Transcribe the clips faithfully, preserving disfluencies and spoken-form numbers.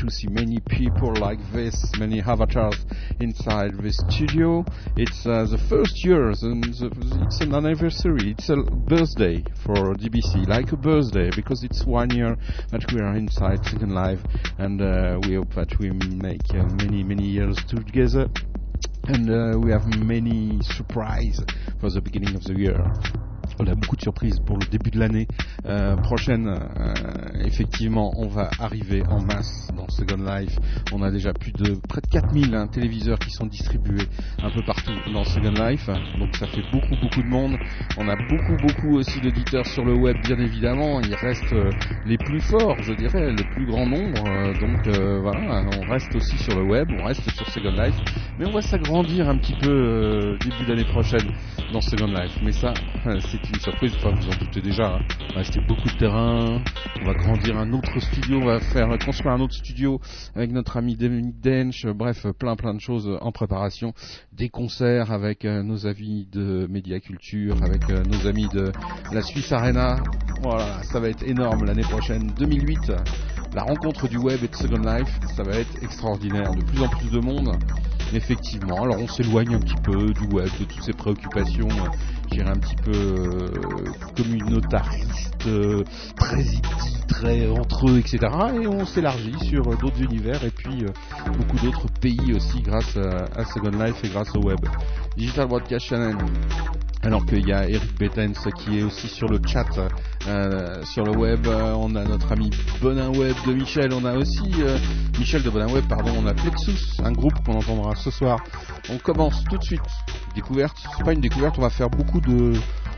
to see many people like this, many avatars inside the studio. It's uh, the first year, and it's an anniversary, it's a birthday for D B C, like a birthday, because it's one year that we are inside Second Life, and uh, we hope that we make uh, many, many years together, and uh, we have many surprises for the beginning of the year. On a beaucoup de surprises pour le début de l'année euh, prochaine. Euh, effectivement, on va arriver en masse dans Second Life. On a déjà plus de près de quatre mille hein, téléviseurs qui sont distribués un peu partout dans Second Life. Donc ça fait beaucoup, beaucoup de monde. On a beaucoup, beaucoup aussi d'auditeurs sur le web, bien évidemment. Il reste euh, les plus forts, je dirais, le plus grand nombre. Euh, donc euh, voilà, on reste aussi sur le web, on reste sur Second Life. Mais on va s'agrandir un petit peu euh, début d'année prochaine dans Second Life. Mais ça, c'est une surprise, enfin vous en doutez déjà, hein. On va acheter beaucoup de terrain, on va grandir un autre studio, on va faire construire un autre studio avec notre ami Dominique Dench, bref, plein plein de choses en préparation, des concerts avec euh, nos amis de Médiaculture, avec euh, nos amis de la Suisse Arena, voilà, ça va être énorme l'année prochaine, deux mille huit, la rencontre du web et de Second Life, ça va être extraordinaire, de plus en plus de monde. Effectivement, alors on s'éloigne un petit peu du web, de toutes ces préoccupations, euh, je dirais un petit peu euh, communautaristes, euh, très indie, très entre eux, et cetera. Et on s'élargit sur euh, d'autres univers et puis euh, beaucoup d'autres pays aussi grâce à, à Second Life et grâce au web. Digital Broadcast Channel. Alors qu'il y a Eric Bettens qui est aussi sur le chat, euh, sur le web, euh, on a notre ami Bonin Web de Michel, on a aussi euh, Michel de Bonin Web, pardon, on a Plexus, un groupe qu'on entendra ce soir. On commence tout de suite, découverte, c'est pas une découverte, on va faire beaucoup de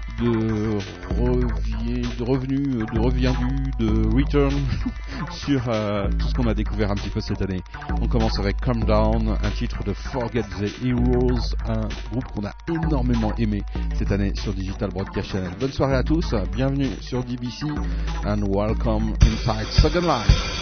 de, revier, de revenus, de reviendus, de return sur euh, tout ce qu'on a découvert un petit peu cette année. On commence avec Calm Down, un titre de Forget the Heroes, un groupe qu'on a énormément aimé cette année sur Digital Broadcast Channel. Bonne soirée à tous, bienvenue sur D B C and welcome inside Second Life.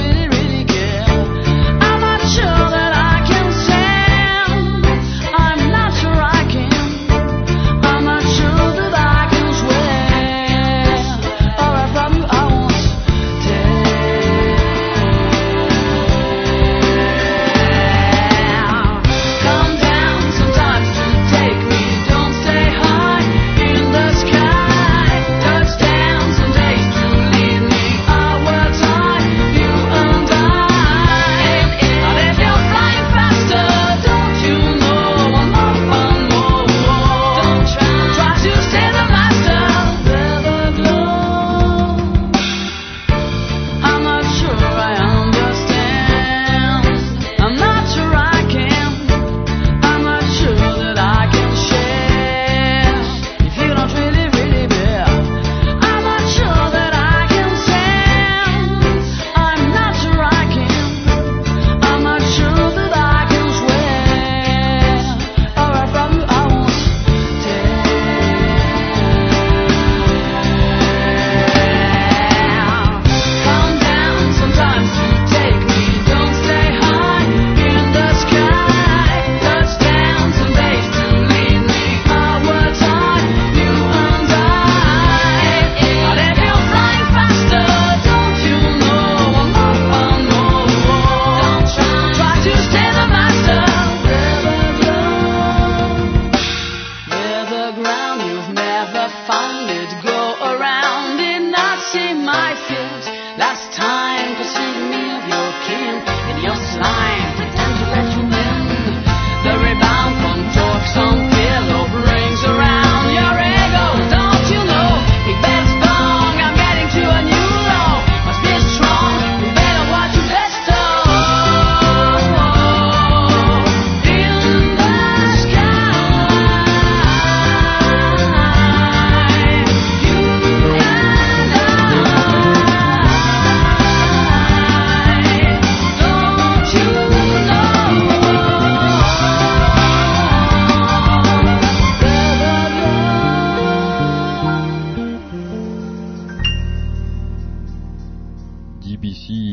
I'm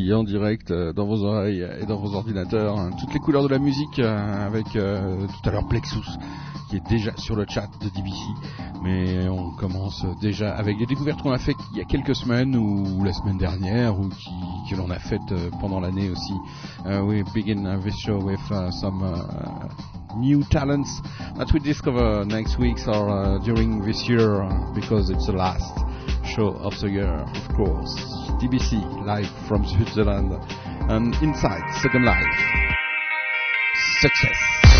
B C en direct euh, dans vos oreilles et dans vos ordinateurs. Hein, toutes les couleurs de la musique euh, avec euh, tout à l'heure Plexus qui est déjà sur le chat de D B C. Mais on commence déjà avec des découvertes qu'on a faites il y a quelques semaines ou la semaine dernière ou qui, que l'on a faites euh, pendant l'année aussi. Uh, we begin uh, this show with uh, some uh, new talents that we discover next week or uh, during this year uh, because it's the last show of the year, of course. D B C live from Switzerland and inside Second Life. Success.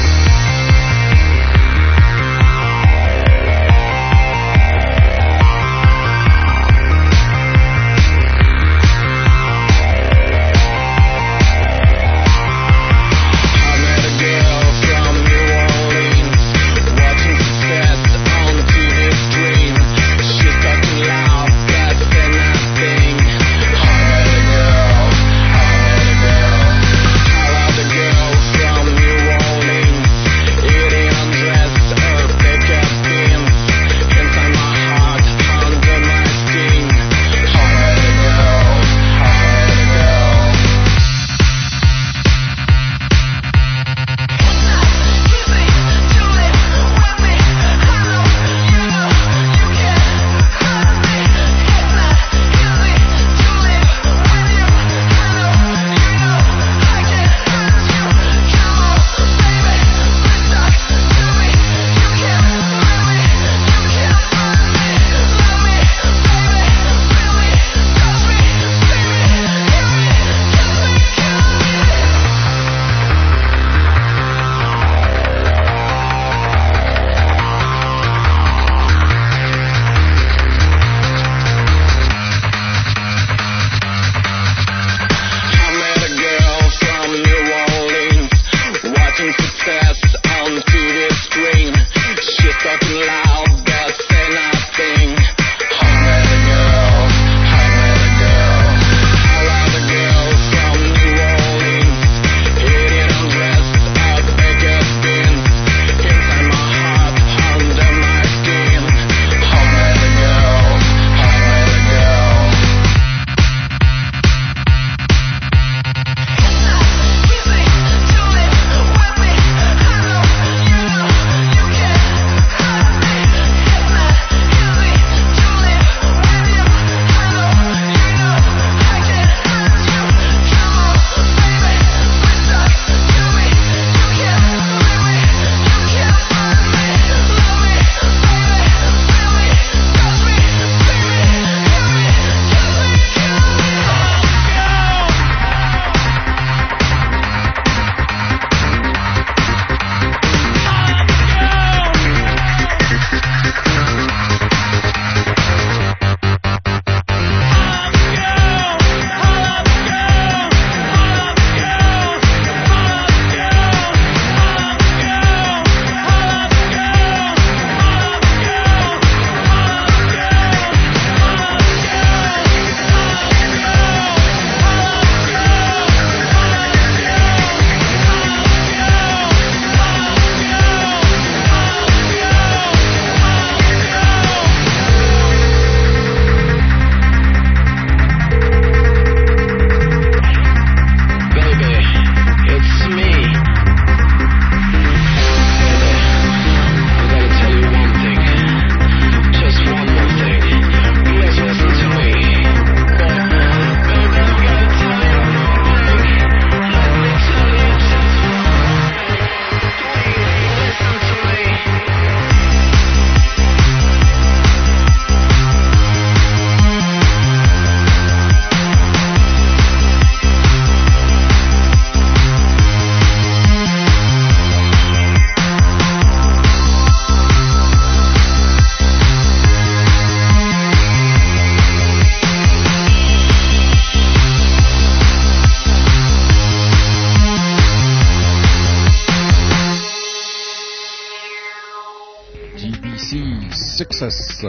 Success.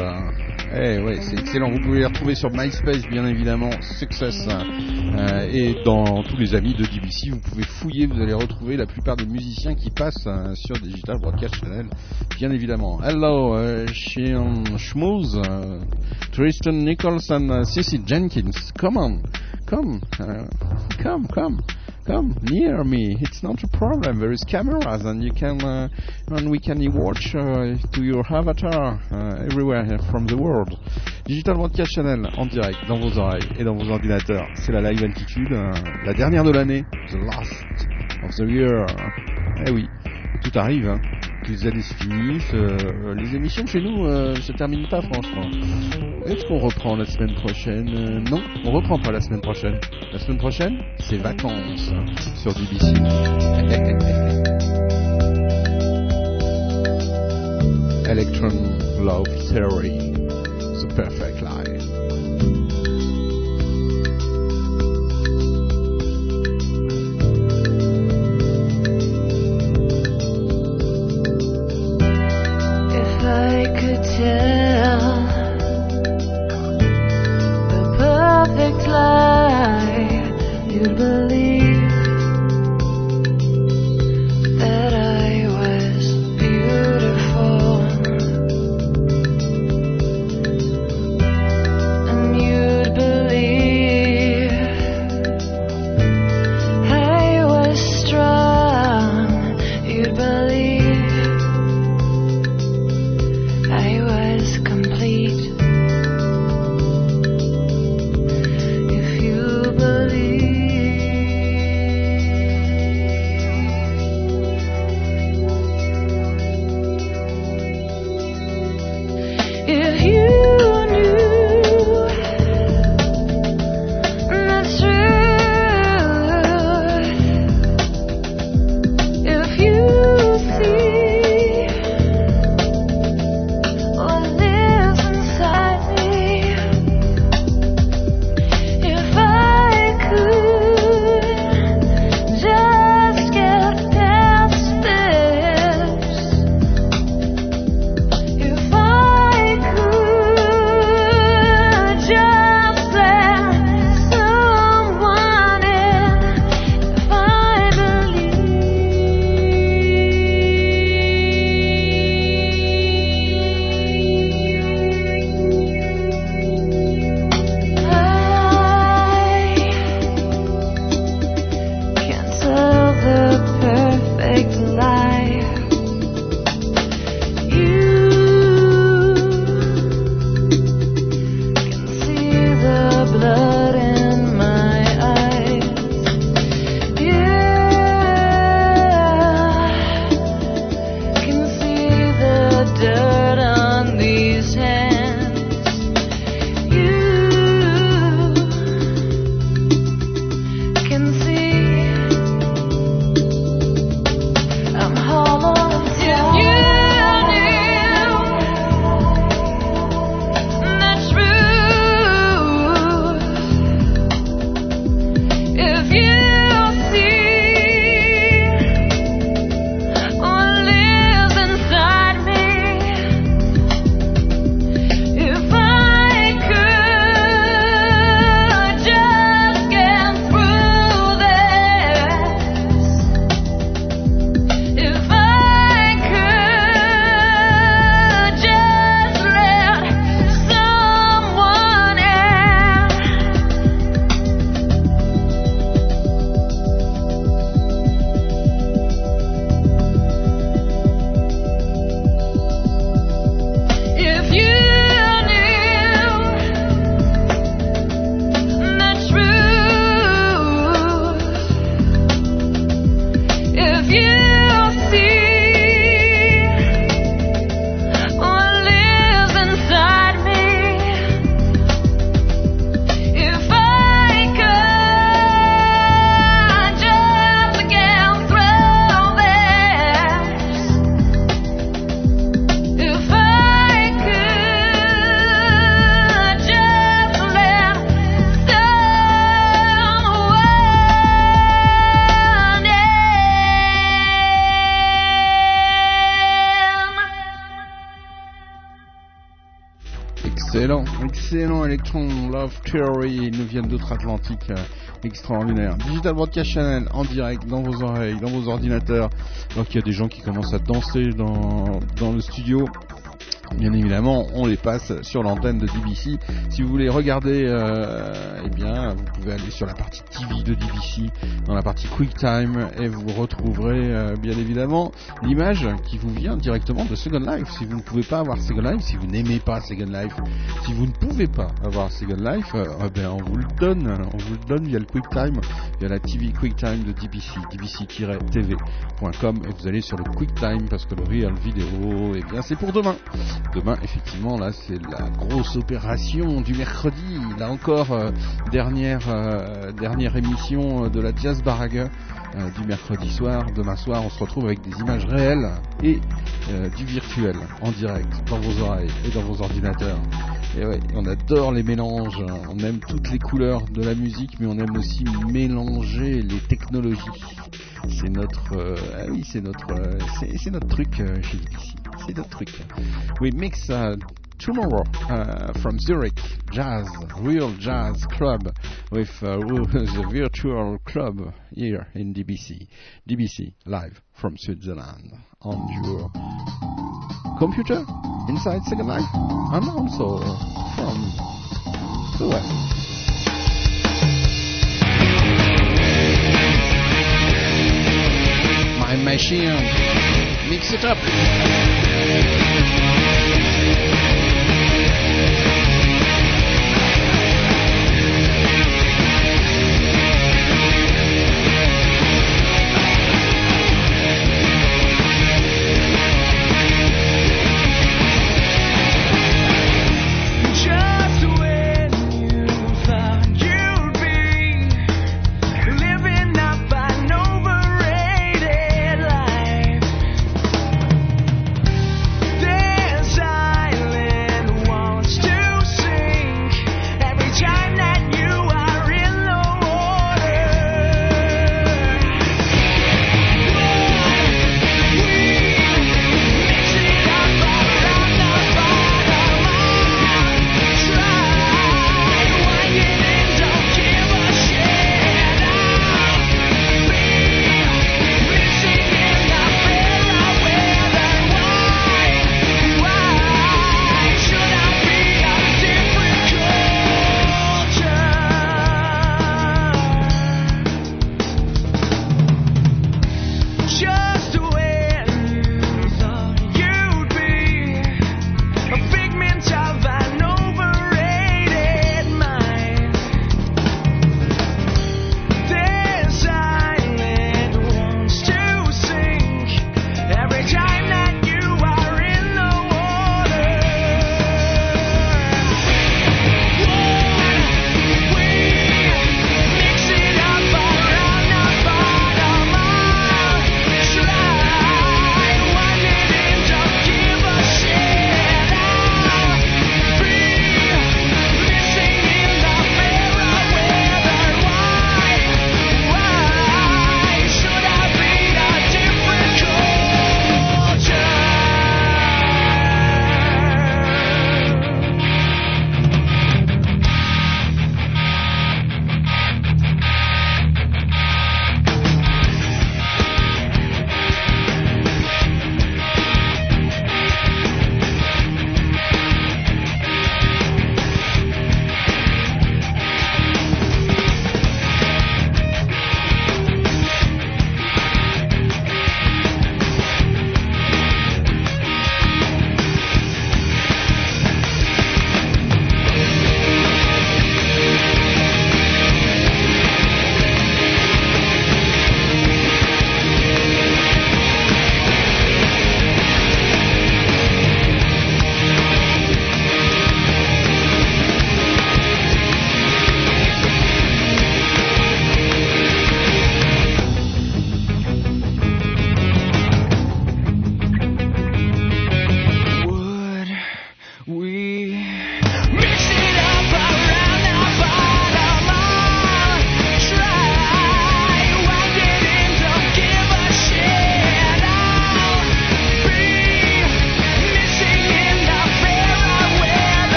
Eh ouais, c'est excellent. Vous pouvez les retrouver sur MySpace, bien évidemment. Success. Euh, et dans tous les amis de D B C, vous pouvez fouiller, vous allez retrouver la plupart des musiciens qui passent euh, sur Digital Broadcast Channel, bien évidemment. Hello, uh, Sean Schmooze, uh, Tristan Nichols and uh, Cissy Jenkins. Come on, come come, uh, come, come, come near me. It's not a problem. There is cameras, and you can, uh, and we can watch uh, to your avatar uh, everywhere from the world. Digital Broadcast Channel en direct dans vos oreilles et dans vos ordinateurs. C'est la live altitude, euh, la dernière de l'année, the last of the year. Eh oui, tout arrive. Hein. Les années se finissent, euh, les émissions chez nous euh, se terminent pas franchement. Est-ce qu'on reprend la semaine prochaine? euh, Non, on reprend pas la semaine prochaine. La semaine prochaine, c'est vacances sur D B C. Electron Love Theory, The Perfect Life. I could tell the perfect lie, you'd believe that I was beautiful, and you'd believe I was strong, you'd believe I was complete. If you believe, if you knew the truth, if you see what lives inside me, if I could just get past this, if I could just let someone in, if I I can't tell the perfect lie. You can see the blood in my eyes. You can see the dirt on these hands. You can see I'm hollow. If you knew the truth, if you see what lives inside me, if I could just get through this, if I could just let someone in, if you knew the truth, if you see what lives inside me, if I could just get through this, if I could just let someone in. Excellent, excellent Electron Love Theory, ils nous viennent d'outre-Atlantique, euh, extraordinaire. Digital Broadcast Channel en direct dans vos oreilles, dans vos ordinateurs. Alors qu'il y a des gens qui commencent à danser dans, dans le studio. Bien évidemment, on les passe sur l'antenne de D B C. Si vous voulez regarder, euh, eh bien, vous pouvez aller sur la partie T V de D B C, dans la partie QuickTime, et vous retrouverez euh, bien évidemment l'image qui vous vient directement de Second Life. Si vous ne pouvez pas avoir Second Life, si vous n'aimez pas Second Life, si vous ne pouvez pas avoir Second Life, euh, eh bien, on vous le donne, on vous le donne via le QuickTime, via la T V QuickTime de D B C, d b c tiret t v point com, et vous allez sur le QuickTime parce que le Real Vidéo, eh bien, c'est pour demain. Demain, effectivement, là, c'est la grosse opération du mercredi. Là encore, euh, dernière euh, dernière émission de la Jazz Baraga euh, du mercredi soir. Demain soir, on se retrouve avec des images réelles et euh, du virtuel en direct dans vos oreilles et dans vos ordinateurs. Et ouais, on adore les mélanges. On aime toutes les couleurs de la musique, mais on aime aussi mélanger les technologies. C'est notre, euh, ah oui, c'est notre, euh, c'est, c'est notre truc euh, chez D B C. C'est notre truc. We mix uh, tomorrow uh, from Zurich Jazz, Real Jazz Club with uh, the virtual club here in D B C. D B C live from Switzerland on your computer inside Second Life and also from the web. My machine, mix it up.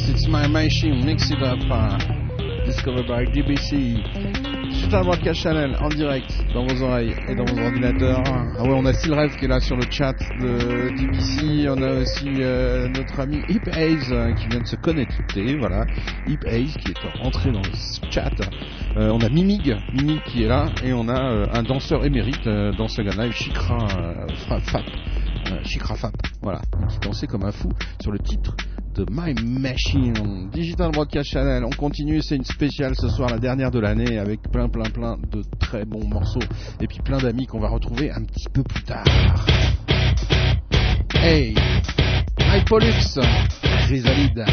Yes, it's my machine, mix it up, uh, discovered by D B C. Digital Broadcast Channel en direct dans vos oreilles et dans vos ordinateurs. Ah ouais, on a Sylrev qui est là sur le chat de D B C. On a aussi euh, notre ami Hip Haze euh, qui vient de se connecter. Voilà, Hip Haze qui est entré dans le chat. Euh, on a Mimig, Mimig qui est là et on a euh, un danseur émérite euh, dans ce Live, Chikra euh, Fap, euh, Chikra Fap. Voilà, qui dansait comme un fou sur le titre de My Machine, Digital Broadcast Channel. On continue, c'est une spéciale ce soir, la dernière de l'année, avec plein plein plein de très bons morceaux et puis plein d'amis qu'on va retrouver un petit peu plus tard. Hey, Hypolux, Chrysalide.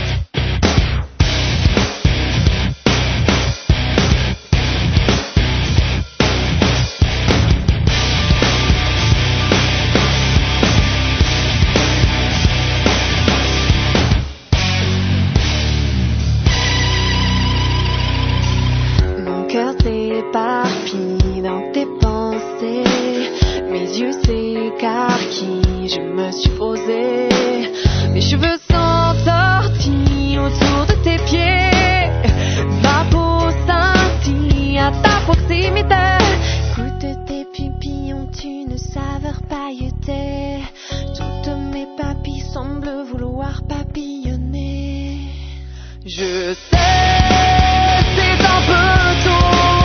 Éparpillé dans tes pensées, mes yeux s'écarquillent, je me suis posée, mes cheveux s'entortillent autour de tes pieds, ma peau scintille à ta proximité. Écoute, tes pupilles ont une saveur pailletée, toutes mes papilles semblent vouloir papillonner. Je sais, c'est un peu tôt.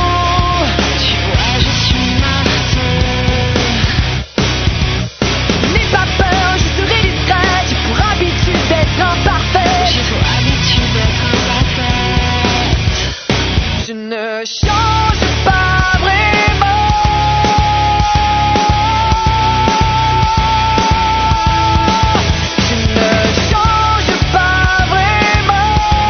Je ne change pas vraiment. Je ne change pas vraiment.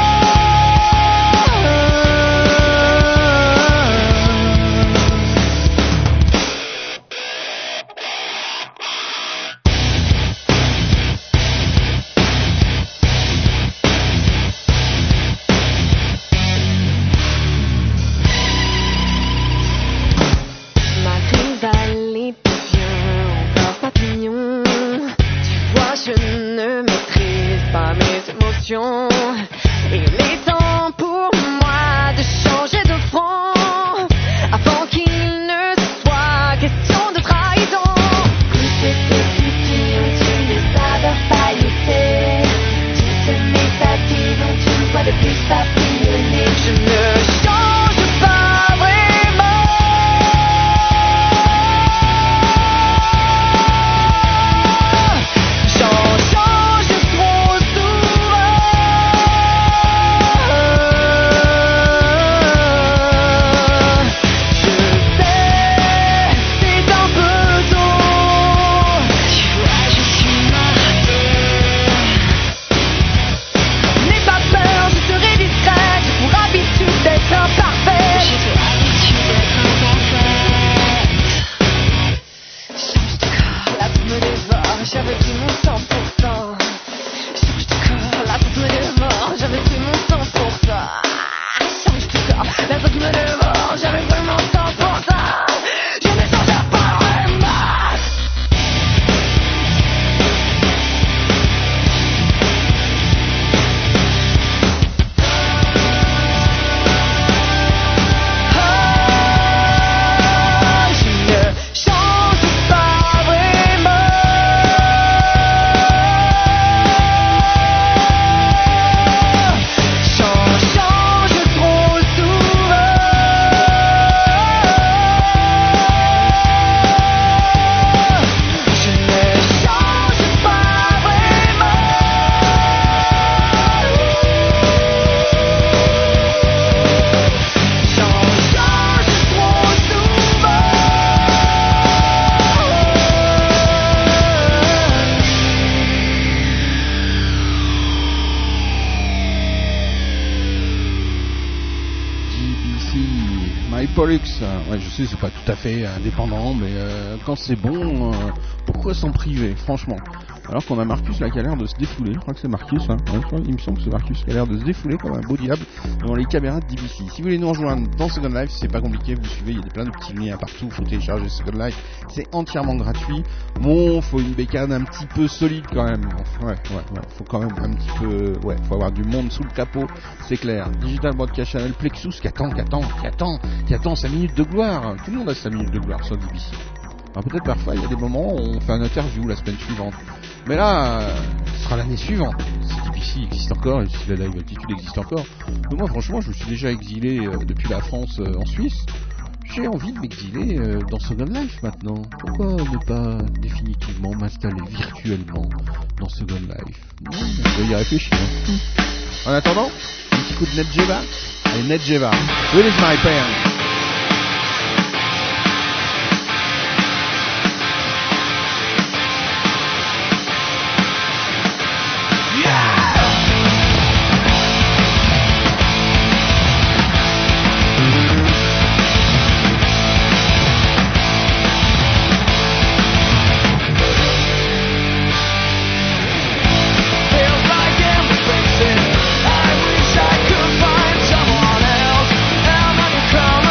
Et il est temps pour moi de changer de front avant qu'il ne soit question de trahison. Écoutez, tes pupilles ont une saveur pailletée, toutes mes papilles ont une voix de plus papillonnée. Je ne change pas vraiment. J'en change trop souvent. J'avais pris mon cent pour cent. Change de corps, la tête me dévore. J'avais pris mon cent pour cent. Change de corps, la tête me dévore. J'avais pris mon cent pour cent. Je ne change pas vraiment. My Pollux, euh, ouais, je sais, c'est pas tout à fait indépendant, mais euh, quand c'est bon, euh, pourquoi s'en priver, franchement? Alors qu'on a Marcus là qui a l'air de se défouler, je crois que c'est Marcus, hein. Ouais, je crois, il me semble que c'est Marcus qui a l'air de se défouler comme un beau diable devant les caméras de D B C. Si vous voulez nous rejoindre dans Second Life, c'est pas compliqué, vous suivez, il y a plein de petits liens partout, faut télécharger Second Life, c'est entièrement gratuit. Bon, faut une bécane un petit peu solide quand même, ouais, ouais, ouais, faut quand même un petit peu, ouais, faut avoir du monde sous le capot, c'est clair. Digital Broadcast Channel Plexus qui attend, qui attend, qui attend, qui attend sa minute de gloire, tout le monde a sa minute de gloire sur D B C. Alors peut-être parfois il y a des moments où on fait un interview la semaine suivante. Mais là, euh, ce sera l'année suivante. Si D B C existe encore, et si la Live Altitude existe encore. Mais moi franchement, je me suis déjà exilé euh, depuis la France euh, en Suisse. J'ai envie de m'exiler euh, dans Second Life maintenant. Pourquoi ne pas définitivement m'installer virtuellement dans Second Life? Non, je vais y réfléchir. En attendant, un petit coup de Nedjeva. Allez, Nedjeva. Where is my pen? I wish I could find someone else. I'm not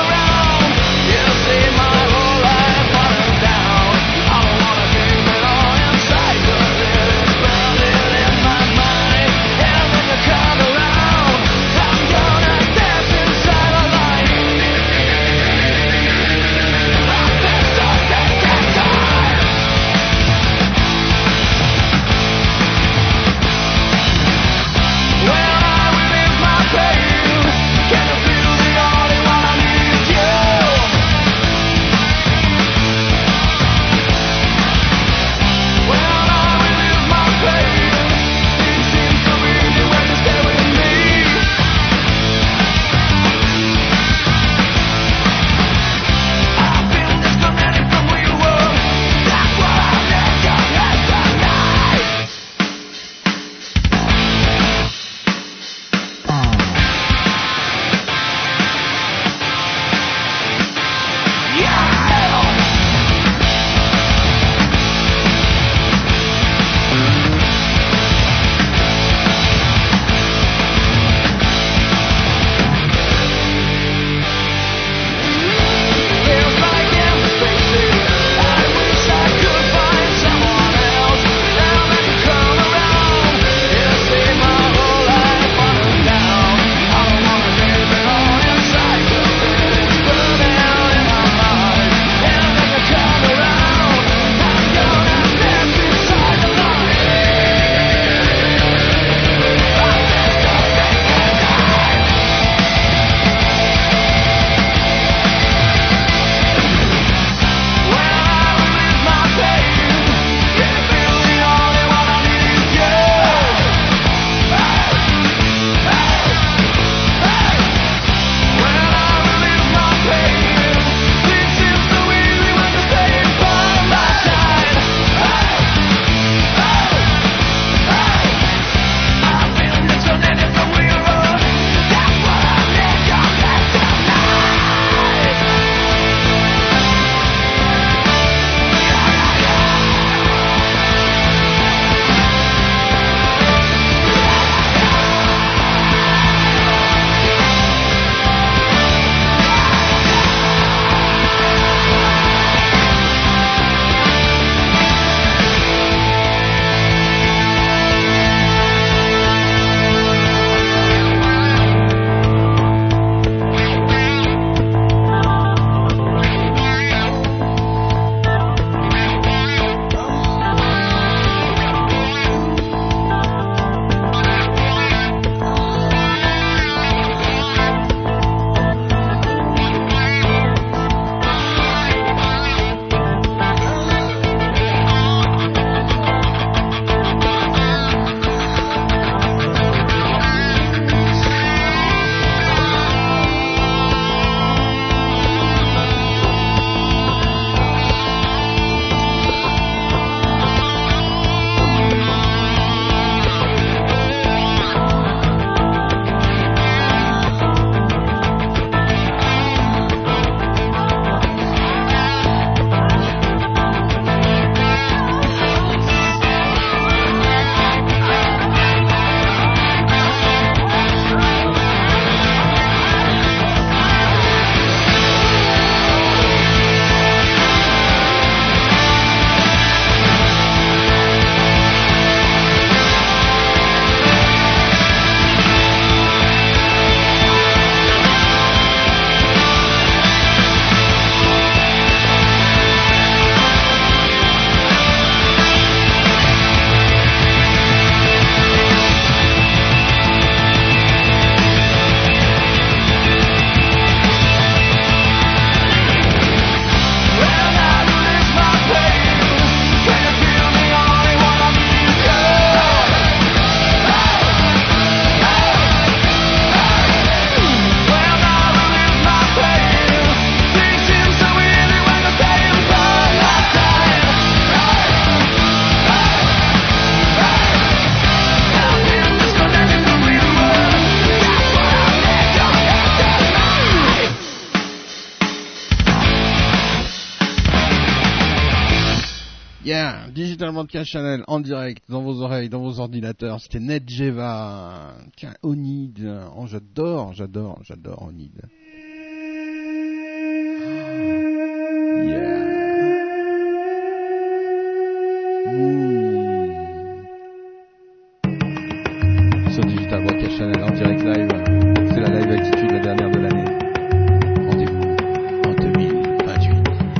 Digital Broadcast Channel en direct dans vos oreilles, dans vos ordinateurs. C'était Nedjeva. Tiens, Onid. Oh, j'adore, j'adore, j'adore Onid. Yeah. Mmh. Sur Digital Broadcast Channel en direct live. C'est la live attitude, la dernière de l'année. Rendez-vous en deux mille vingt-huit.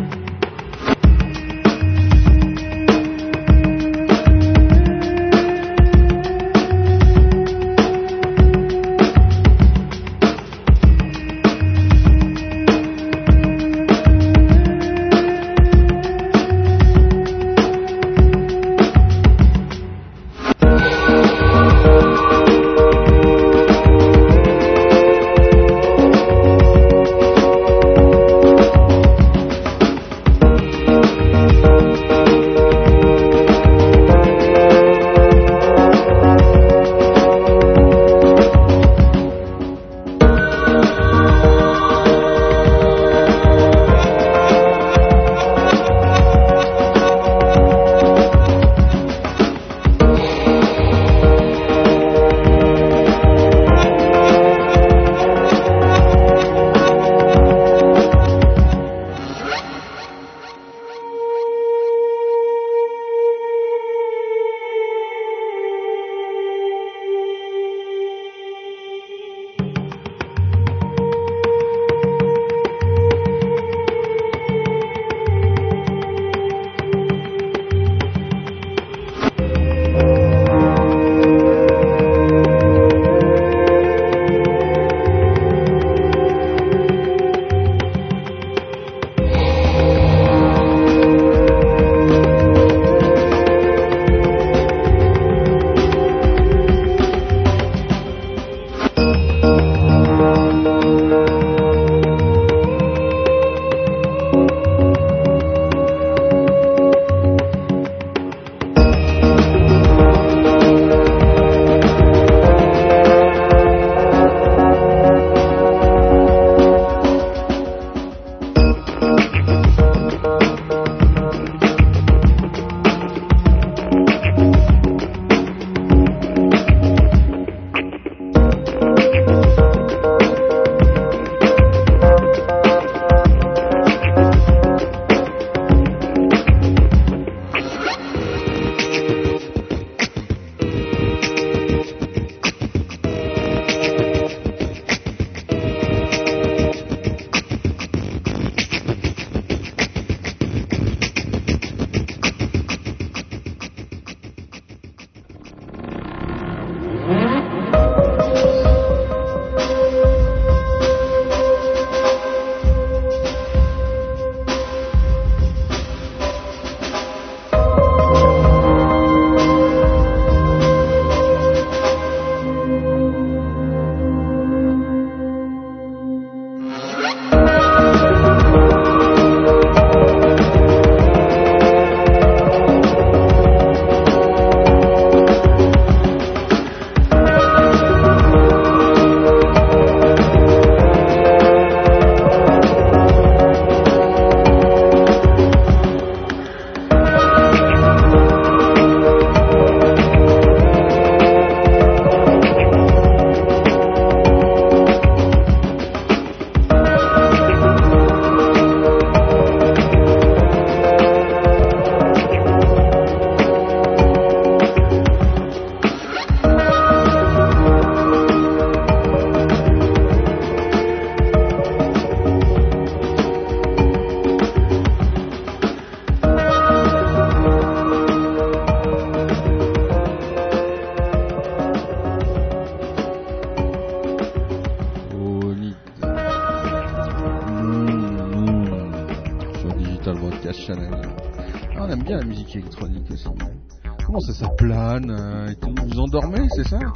bien la musique électronique aussi. Comment ça, ça plane euh, et tout. Vous endormez, c'est ça?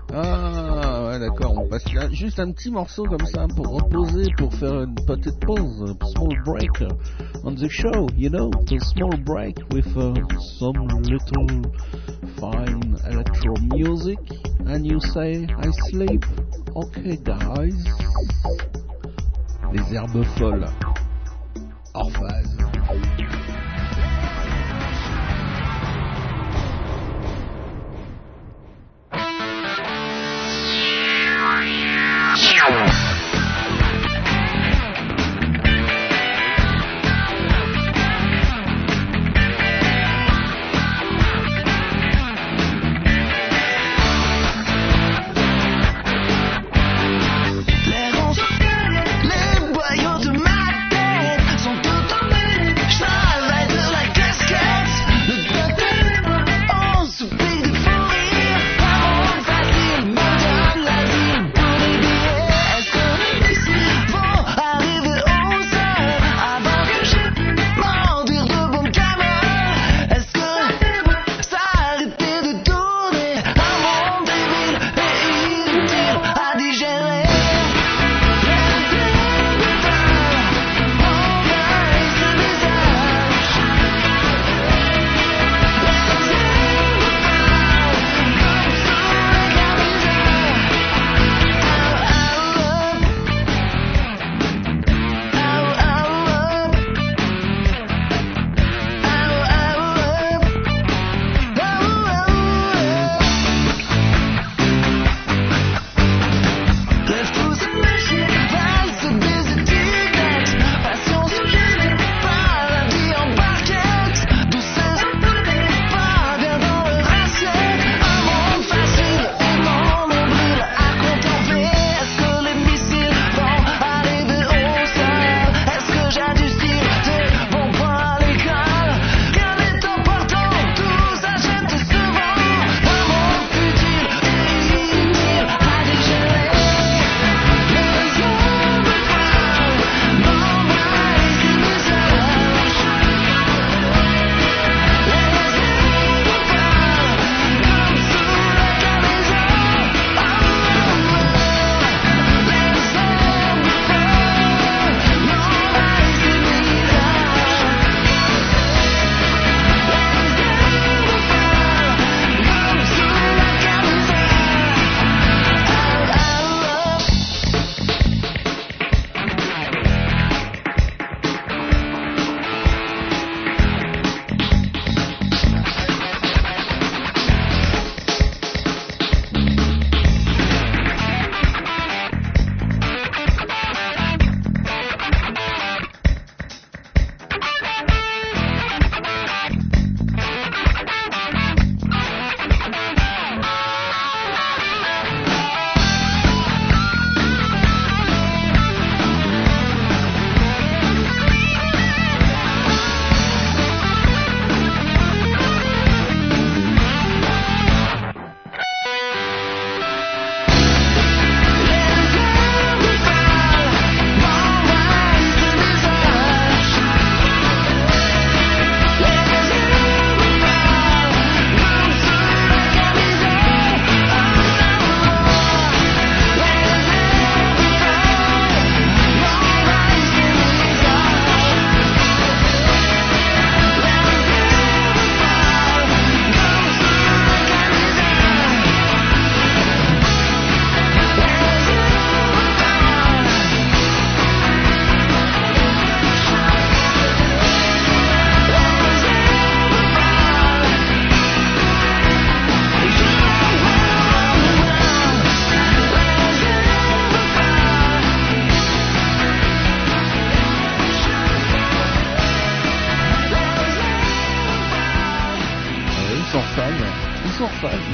Ah ouais, d'accord, on passe là juste un petit morceau comme ça pour reposer, pour faire une petite pause, a small break on the show, you know, a small break with uh, some little fine electro music, and you say I sleep. Okay guys, les herbes folles, Orphase.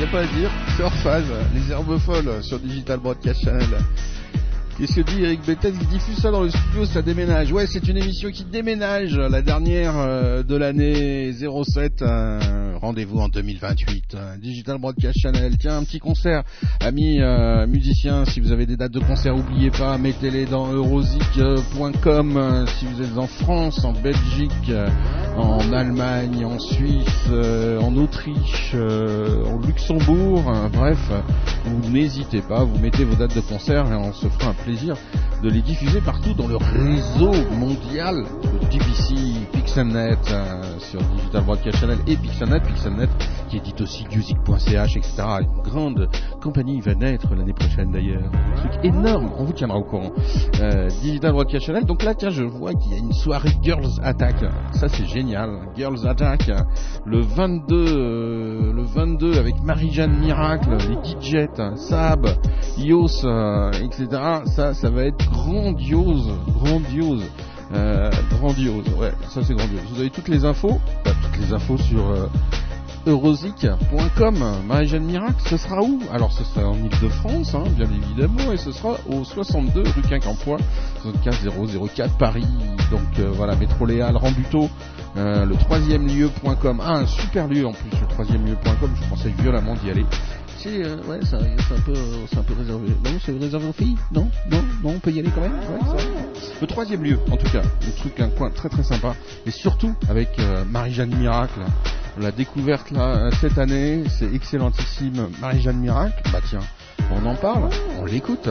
pas à dire. C'est hors phase. Les herbes folles sur Digital Broadcast Channel. Qu'est-ce que dit Eric Bettel qui diffuse ça dans le studio, ça déménage. Ouais, c'est une émission qui déménage, la dernière euh, de l'année zéro sept. Euh, rendez-vous en deux mille vingt-huit. Euh, Digital Broadcast Channel. Tiens, un petit concert. Amis euh, musiciens, si vous avez des dates de concert, oubliez pas, mettez-les dans eurosic point com. Euh, si vous êtes en France, en Belgique, euh, en Allemagne, en Suisse, euh, en Autriche, euh, en Luxembourg, euh, bref, vous n'hésitez pas, vous mettez vos dates de concert et on se fera un plaisir de les diffuser partout dans le réseau mondial de D B C, Pixelnet, euh, sur Digital Broadcast Channel et Pixelnet, Pixelnet qui édite aussi music point c h, et cetera. Une grande compagnie va naître l'année prochaine d'ailleurs. Un truc énorme, on vous tiendra au courant. Euh, Digital Broadcast Channel. Donc là, tiens, je vois qu'il y a une soirée Girls Attack. Ça, c'est génial. Girls Attack, le vingt-deux, euh, le vingt-deux avec Marie-Jeanne Miracle, les Gidget, Sab, Yos, euh, et cetera. Ça, ça va être grandiose, grandiose, euh, grandiose. Ouais, ça c'est grandiose. Vous avez toutes les infos, bah, toutes les infos sur euh, eurosic point com. Marie-Jeanne Miracle, ce sera où? Alors, ce sera en Ile-de-France, hein, bien évidemment, et ce sera au soixante-deux rue Quincampoix, soixante-quinze zéro zéro quatre Paris. Donc euh, voilà, métro Léal, Rambuteau. Euh, le troisième lieu point com. Ah, un super lieu en plus, le troisième lieu point com. Je pensais violemment d'y aller. C'est euh, ouais, ça, c'est un peu, euh, c'est un peu réservé. Non, c'est réservé aux filles. Non, non, non, on peut y aller quand même. Ouais, ça. Le troisième lieu, en tout cas, le truc, un coin très très sympa, et surtout avec euh, Marie-Jeanne Miracle. La découverte là cette année, c'est excellentissime. Marie-Jeanne Miracle. Bah tiens, on en parle, on l'écoute.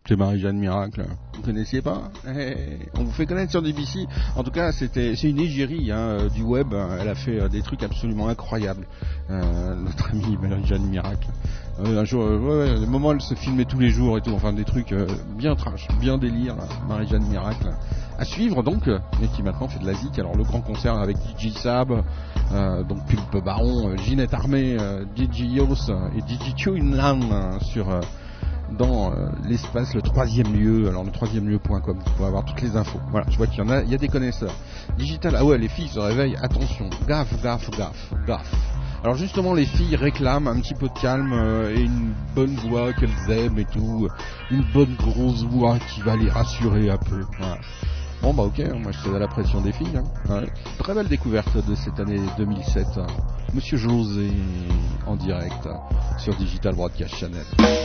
C'est Marie-Jeanne Miracle. Vous connaissiez pas? eh, On vous fait connaître sur D B C. En tout cas, c'était, c'est une égérie hein, du web. Elle a fait euh, des trucs absolument incroyables. Euh, notre amie Marie-Jeanne Miracle. Euh, un jour, euh, ouais, ouais, des moments, elle se filmait tous les jours et tout. Enfin, des trucs euh, bien trash, bien délire. Marie-Jeanne Miracle. À suivre donc, et qui maintenant fait de la zik. Alors le grand concert avec D J Sab, euh, donc Pulpe Baron, euh, Ginette Armé, euh, D J Yos et D J Tunelan euh, sur... Euh, dans euh, l'espace, le troisième lieu, alors le troisième lieu point com, pour avoir toutes les infos. Voilà, je vois qu'il y en a, il y a des connaisseurs. Digital, ah ouais, les filles se réveillent, attention, gaffe, gaffe, gaffe, gaffe. Alors justement, les filles réclament un petit peu de calme euh, et une bonne voix qu'elles aiment et tout, une bonne grosse voix qui va les rassurer un peu. Voilà. Bon bah ok, moi je cède à la pression des filles. Hein. Ouais. Très belle découverte de cette année deux mille sept. Hein. Monsieur José en direct sur Digital Broadcast Channel.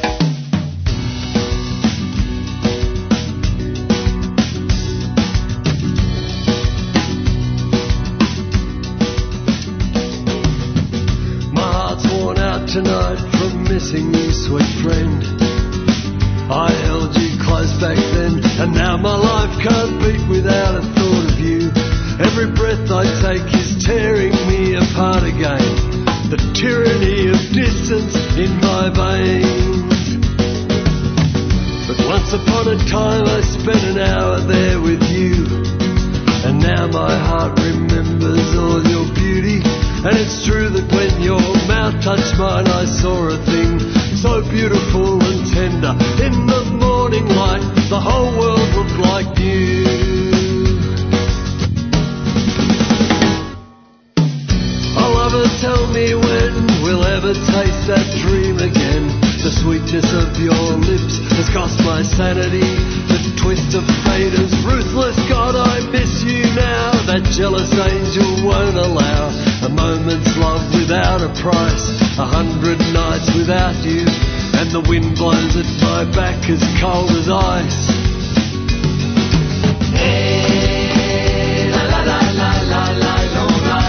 Tonight from missing you, sweet friend. I held you close back then, and now my life can't beat without a thought of you. Every breath I take is tearing me apart again. The tyranny of distance in my veins. But once upon a time I spent an hour there with you, and now my heart remembers all your beauty. And it's true that when your mouth touched mine, I saw a thing so beautiful and tender. In the morning light, the whole world looked like you. Oh, lover, tell me when we'll ever taste that dream again. The sweetness of your lips has cost my sanity. The twist of fate is ruthless. God, I miss you now. That jealous angel won't allow a moment's love without a price, a hundred nights without you, and the wind blows at my back as cold as ice. Hey, la la la la la la la la.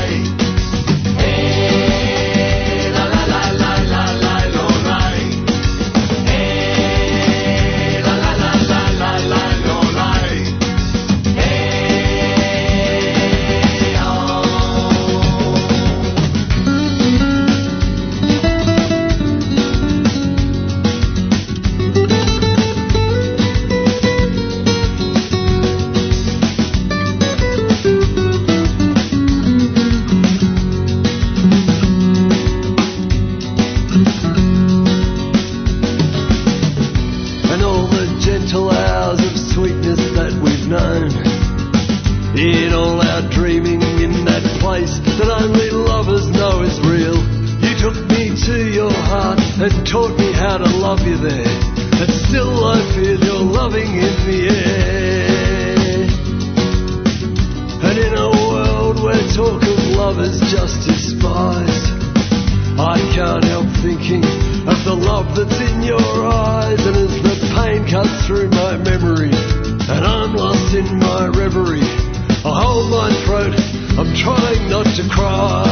Hey, la la la la la la la la. Hey, la la la la la la la la. In all our dreaming in that place that only lovers know is real, you took me to your heart and taught me how to love you there. And still I feel your loving in the air. And in a world where talk of love is just despised, I can't help thinking of the love that's in your eyes. And as the pain cuts through my memory and I'm lost in my reverie, I hold my throat, I'm trying not to cry.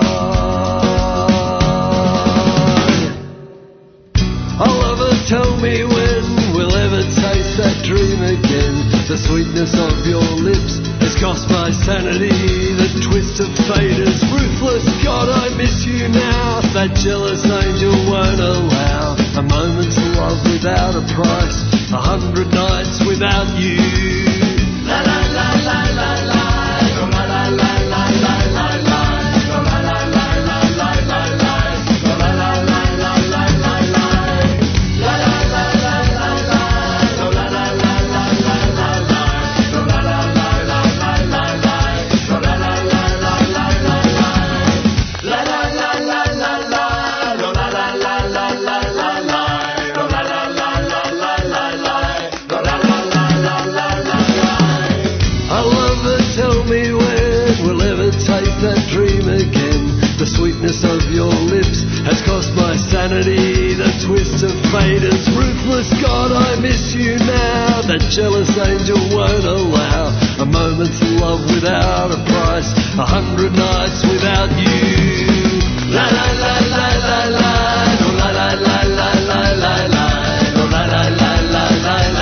Oh lover, tell me when we'll ever taste that dream again. The sweetness of your lips has cost my sanity. The twist of fate is ruthless. God, I miss you now. That jealous angel won't allow a moment's love without a price, a hundred nights without you. La la la la la la. La la la la la la la. La la la la la la la la. La la la la la la la la. La la la la la la. La la la la la la la. La la la la la la la la. La la la la la la la la. La la la la la la. La la la la la la la. La la la la la la la la. La la la la la la la. I love it, tell me when we'll ever taste that dream again. The sweetness of your lips has cost my sanity. The twist of fate is ruthless. God, I miss you now. That jealous angel won't allow a moment's love without a price, a hundred nights without you. La la la la la la. La la la la la la la. La la la la la la la.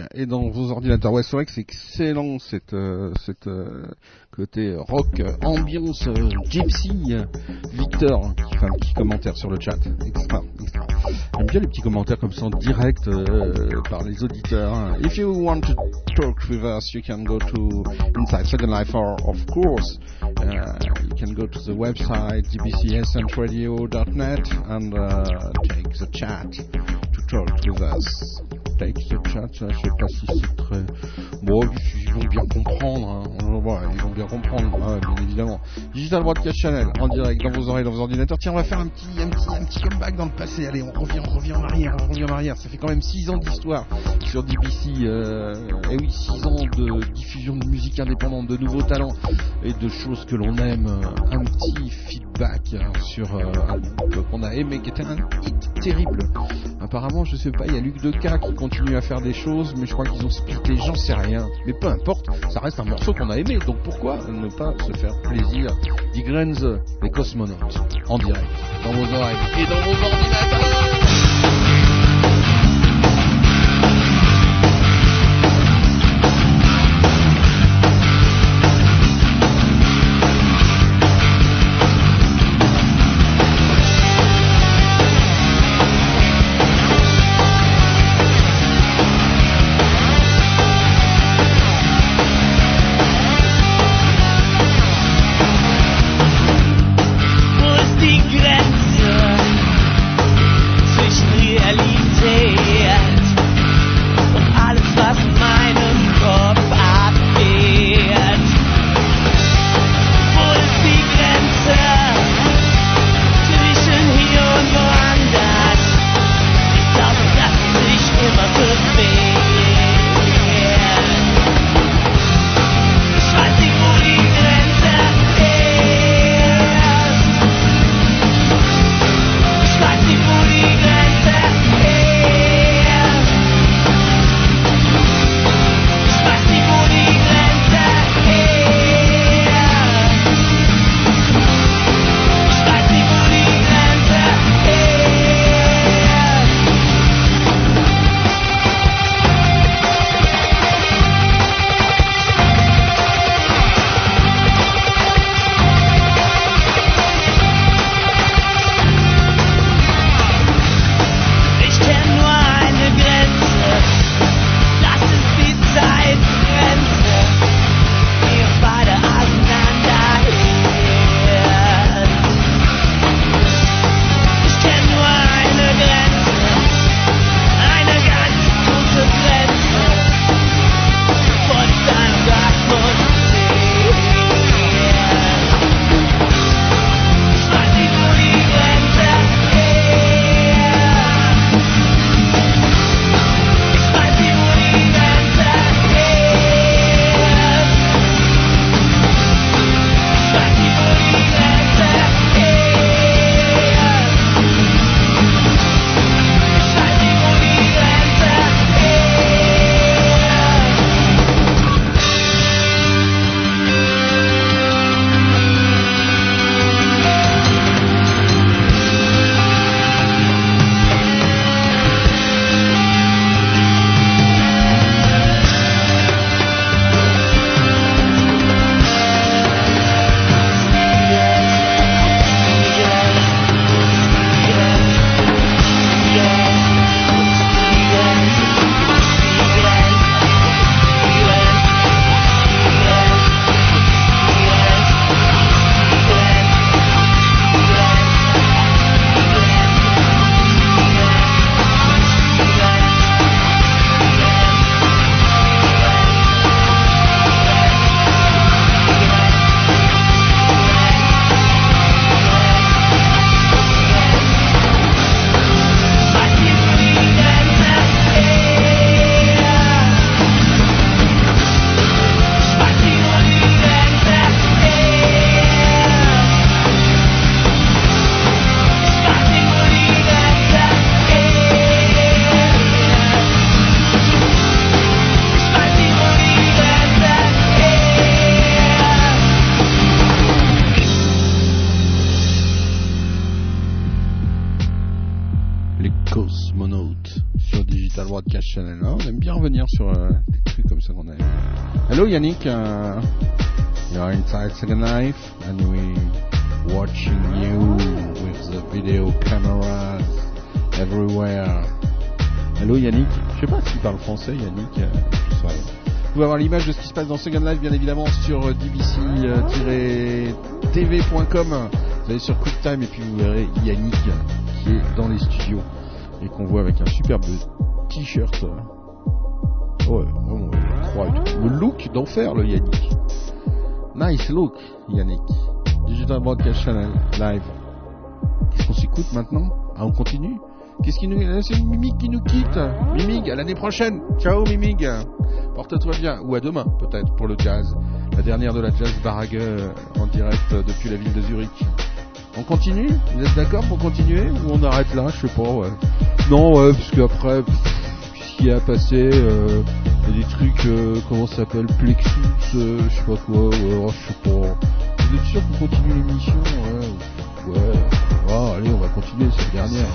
et dans vos ordinateurs. Ouais, c'est vrai que c'est excellent cette, euh, cette euh, côté rock, euh, ambiance, euh, gypsy. Victor qui fait un petit commentaire sur le chat. Extra, extra. J'aime bien les petits commentaires comme ça en direct euh, par les auditeurs. If you want to talk with us, you can go to Inside Second Life, or of course, uh, you can go to the website d b c s cent radio dot net and uh, take the chat to talk with us. Take the chat, je sais pas si c'est très... Bon, ils vont bien comprendre, hein. Voilà, ils vont bien comprendre, ouais, bien évidemment. Digital Broadcast Channel, en direct, dans vos oreilles, dans vos ordinateurs. Tiens, on va faire un petit, un petit, un petit comeback dans le passé. Allez, on revient, on revient en arrière, on revient en arrière. Ça fait quand même six ans d'histoire sur D B C. Euh, et oui, six ans de diffusion de musique indépendante, de nouveaux talents et de choses que l'on aime. Un petit feedback hein, sur euh, un groupe qu'on a aimé, qui était un hit terrible. Apparemment, je sais pas, il y a Luc Deca qui continue à faire des choses, mais je crois qu'ils ont splitté, j'en sais rien. Mais peu importe, ça reste un morceau qu'on a aimé, donc pourquoi ne pas se faire plaisir? Die Grenze, les cosmonautes, en direct, dans vos oreilles et dans vos ordinateurs. Wo ist die Grenze? sur euh, des trucs comme ça qu'on a. Hello Yannick, uh, you're inside Second Life and we watching you with the video cameras everywhere. Hello Yannick, je sais pas s'il parle français Yannick, euh, je sais rien. Vous pouvez avoir l'image de ce qui se passe dans Second Life bien évidemment sur d b c T V point com. Vous allez sur QuickTime et puis vous verrez Yannick qui est dans les studios et qu'on voit avec un superbe t-shirt. Ouais, vraiment, le look d'enfer le Yannick. Nice look Yannick. Digital Broadcast Channel Live. Qu'est-ce qu'on s'écoute maintenant? Ah, on continue? Qu'est-ce qui nous... C'est Mimig qui nous quitte. Mimig, à l'année prochaine. Ciao Mimig. Porte-toi bien. Ou à demain, peut-être, pour le jazz. La dernière de la Jazz Barague en direct depuis la ville de Zurich. On continue? Vous êtes d'accord pour continuer? Ou on arrête là? Je sais pas, ouais. Non, ouais, parce qu'après, ce qui a passé, euh, y a des trucs, euh, comment ça s'appelle? Plexus, euh, je sais pas quoi, ouais, oh, je sais pas. Vous êtes sûr qu'on continue l'émission? Ouais, ouais. Oh, allez, on va continuer, c'est la dernière.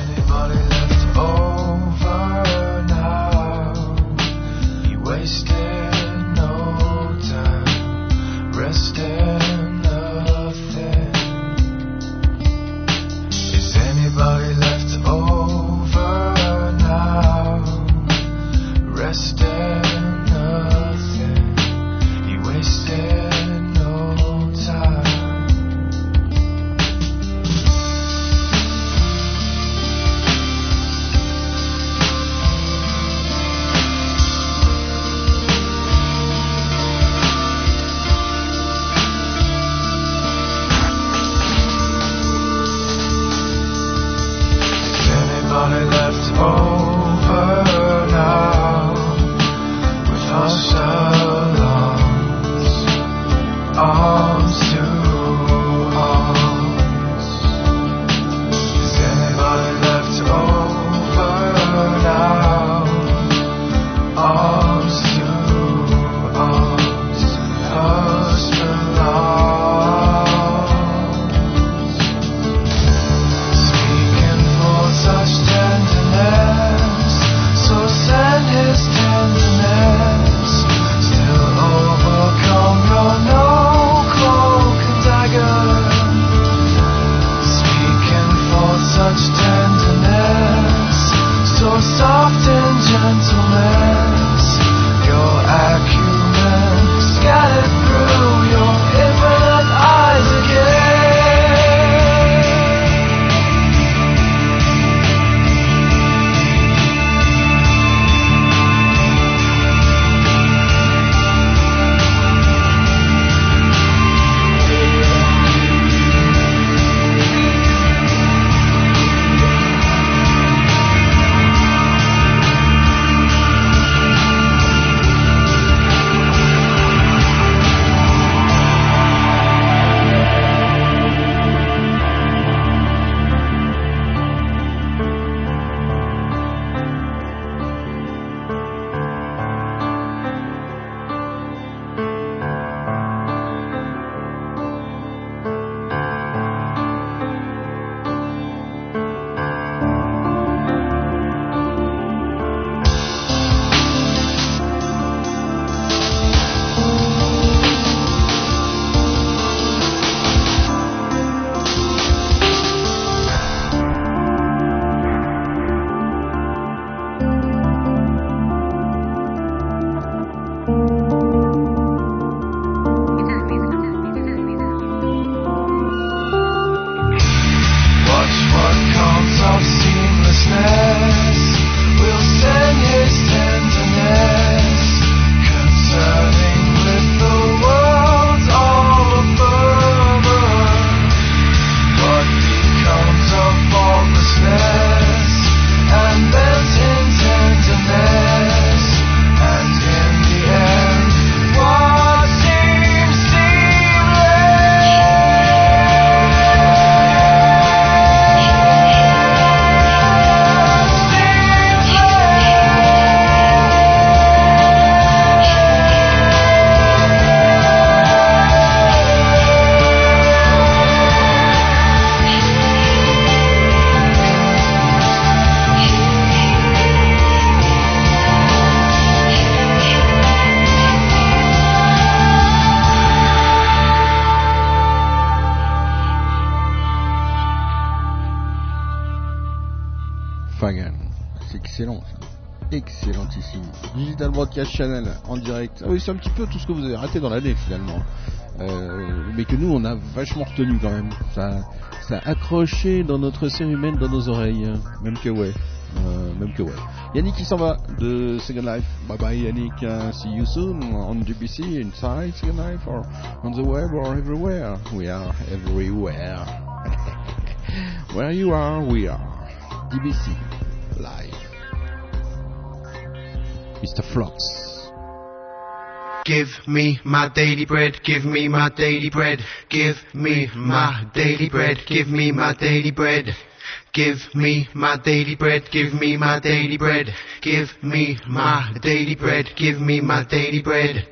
Anybody left over now? Rested nothing. He wasted no time. excellent ça. Excellentissime. Digital Broadcast Channel en direct. Ah oui, c'est un petit peu tout ce que vous avez raté dans l'année finalement. Euh, mais que nous on a vachement retenu quand même. Ça, ça a accroché dans notre cérumen, dans nos oreilles. Même que ouais. Euh, même que ouais. Yannick il s'en va de Second Life. Bye bye Yannick. Uh, see you soon on D B C, inside Second Life, or on the web, or everywhere. We are everywhere. Where you are, we are. D B C live. Mister Flux. Give me my daily bread, give me my daily bread, give me my daily bread, give me my daily bread. Give me my daily bread, give me my daily bread, give me my daily bread, give me my daily bread.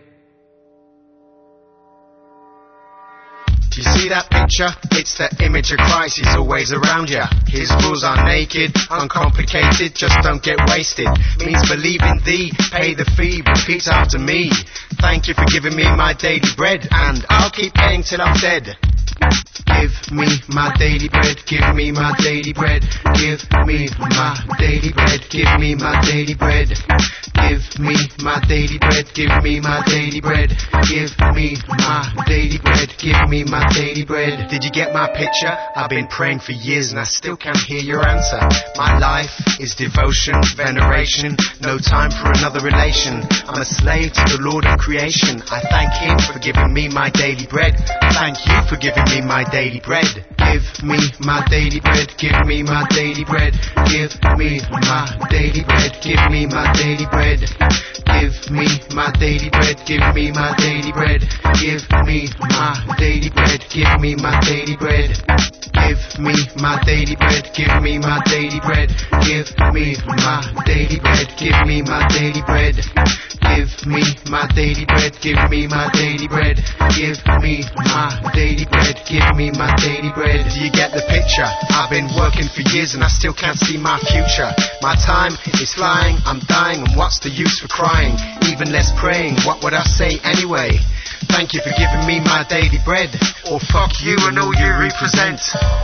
You see that picture? It's the image of Christ, he's always around ya. His rules are naked, uncomplicated, just don't get wasted. Means believe in thee, pay the fee, repeat after me. Thank you for giving me my daily bread, and I'll keep paying till I'm dead. Give me my daily bread, give me my daily bread, give me my daily bread, give me my daily bread. Give me my daily bread, give me my daily bread, give me my daily bread, give me my daily bread. Did you get my picture? I've been praying for years and I still can't hear your answer. My life is devotion, veneration, no time for another relation. I'm a slave to the Lord of creation. I thank him for giving me my daily bread. Thank you for giving me my daily bread. Give me my daily bread, give me my daily bread, give me my daily bread, give me my daily bread. Give me my daily bread, give me my daily bread, give me my daily bread, give me my daily bread. Give me my daily bread, give me my daily bread, give me my daily bread, give me my daily bread. Give me my daily bread, give me my daily bread, give me my daily bread, give me my daily bread. Do you get the picture? I've been working for years and I still can't see my future. My time is flying, I'm dying, and what's the use for crying? Even less praying, what would I say anyway? Thank you for giving me my daily bread, or fuck you and all you represent.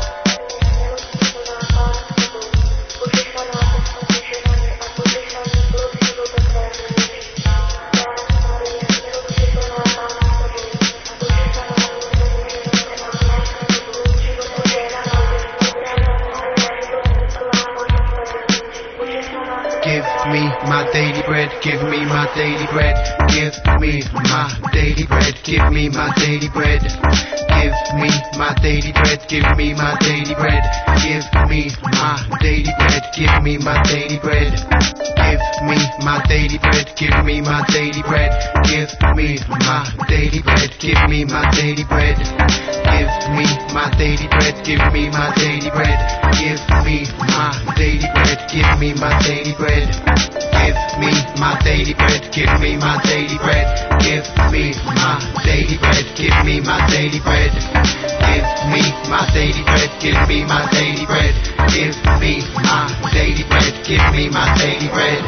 Give me my daily bread, give me my daily bread, give me my daily bread, give me my daily bread. Give me my daily bread, give me my daily bread, give me my daily bread, give me my daily bread. Give me my daily bread, give me my daily bread, give me my daily bread, give me my daily bread. Give me my daily bread, give me my daily bread, give me my daily bread, give me my daily bread. Give me my daily bread, give me my daily bread, give me my daily bread, give me my daily bread. Give me my daily bread, give me my daily bread, give me my daily bread, give me my daily bread.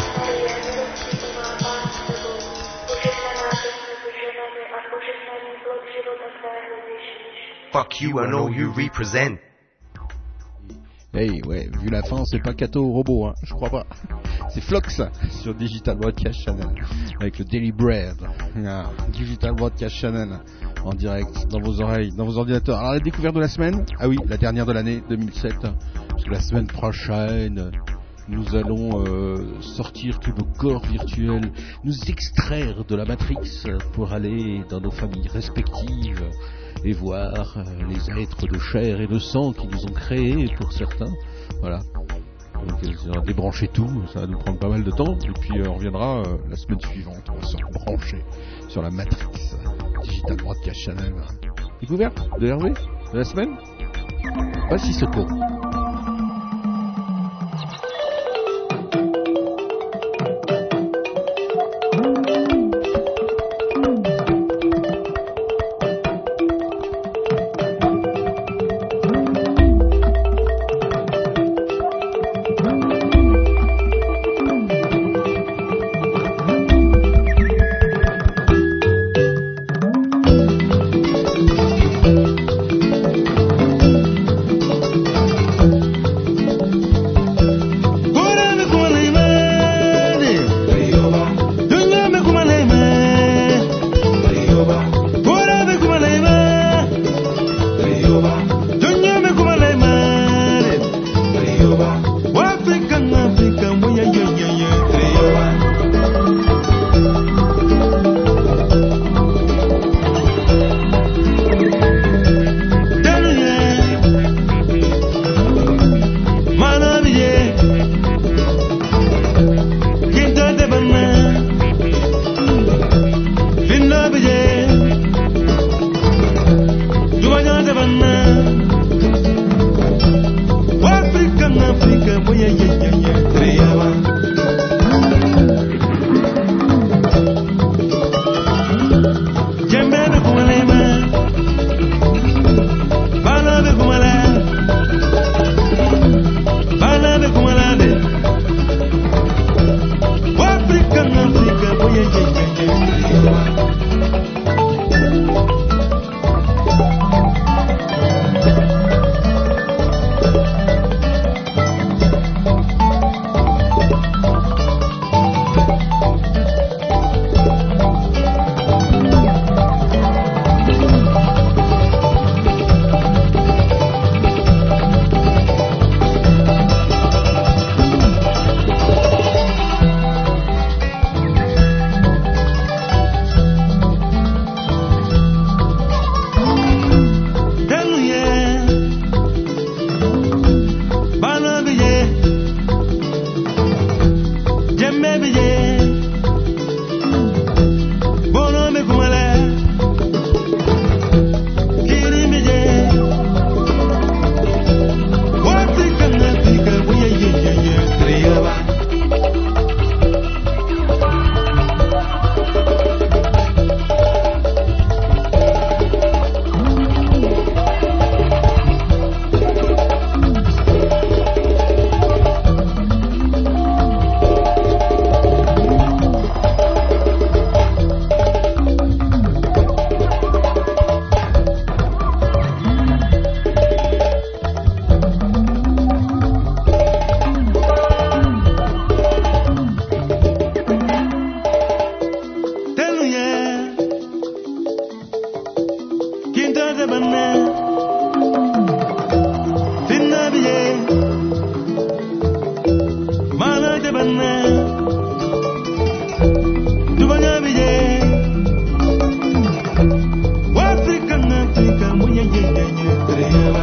Fuck you and all you represent. Hey, ouais, vu la fin, c'est pas Kato au robot, hein, je crois pas. C'est Flox sur Digital Broadcast Channel avec le Daily Bread. Ah, Digital Broadcast Channel en direct dans vos oreilles, dans vos ordinateurs. Alors la découverte de la semaine, ah oui, la dernière de l'année deux mille sept, parce que la semaine prochaine, nous allons euh, sortir tous nos corps virtuels, nous extraire de la Matrix pour aller dans nos familles respectives et voir euh, les êtres de chair et de sang qui nous ont créés pour certains. Voilà. Donc on va débrancher tout, ça va nous prendre pas mal de temps, et puis euh, on reviendra euh, la semaine suivante, on va se rebrancher sur la Matrix Digital Broadcast Channel. Découverte de Hervé de la semaine. Voici ce con. de banne finna biye mana de banne dubanya biye Africa na Africa muye ye ye ye trewa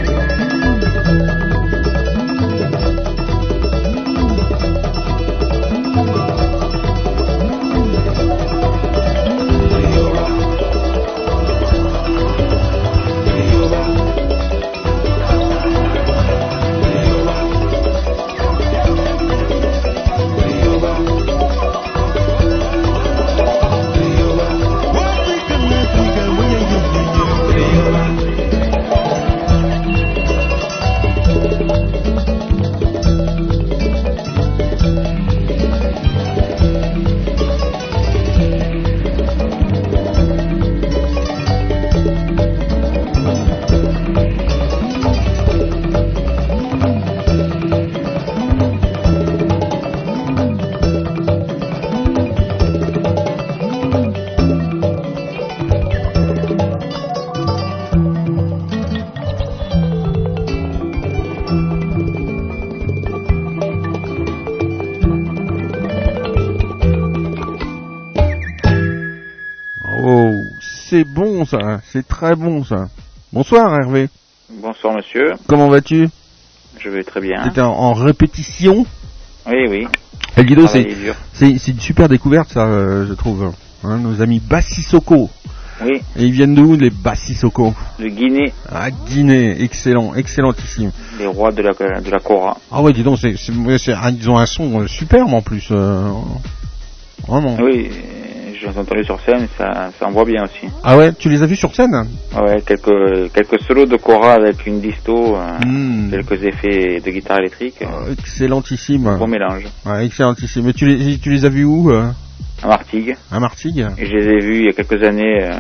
C'est bon ça, c'est très bon ça. Bonsoir Hervé. Bonsoir monsieur. Comment vas-tu? Je vais très bien. T'étais en, en répétition? Oui, oui. Et Guido, c'est, c'est, c'est une super découverte ça, euh, je trouve. Hein, nos amis Bassisoko. Oui. Et ils viennent d'où les Bassisoko? De Guinée. Ah, Guinée, excellent, excellentissime. Les rois de la, de la Kora. Ah ouais, dis donc, c'est, c'est, c'est, ils ont un son superbe en plus. Euh, vraiment. Oui. Je les ai entendus sur scène, ça, ça envoie bien aussi. Ah ouais, tu les as vus sur scène? Ouais, quelques, quelques solos de Kora avec une disto, euh, mmh. quelques effets de guitare électrique. Euh, excellentissime. Un bon mélange. Ouais, excellentissime. Mais tu les, tu les as vus où euh À Martigues. À Martigues. Et je les ai vus il y a quelques années euh,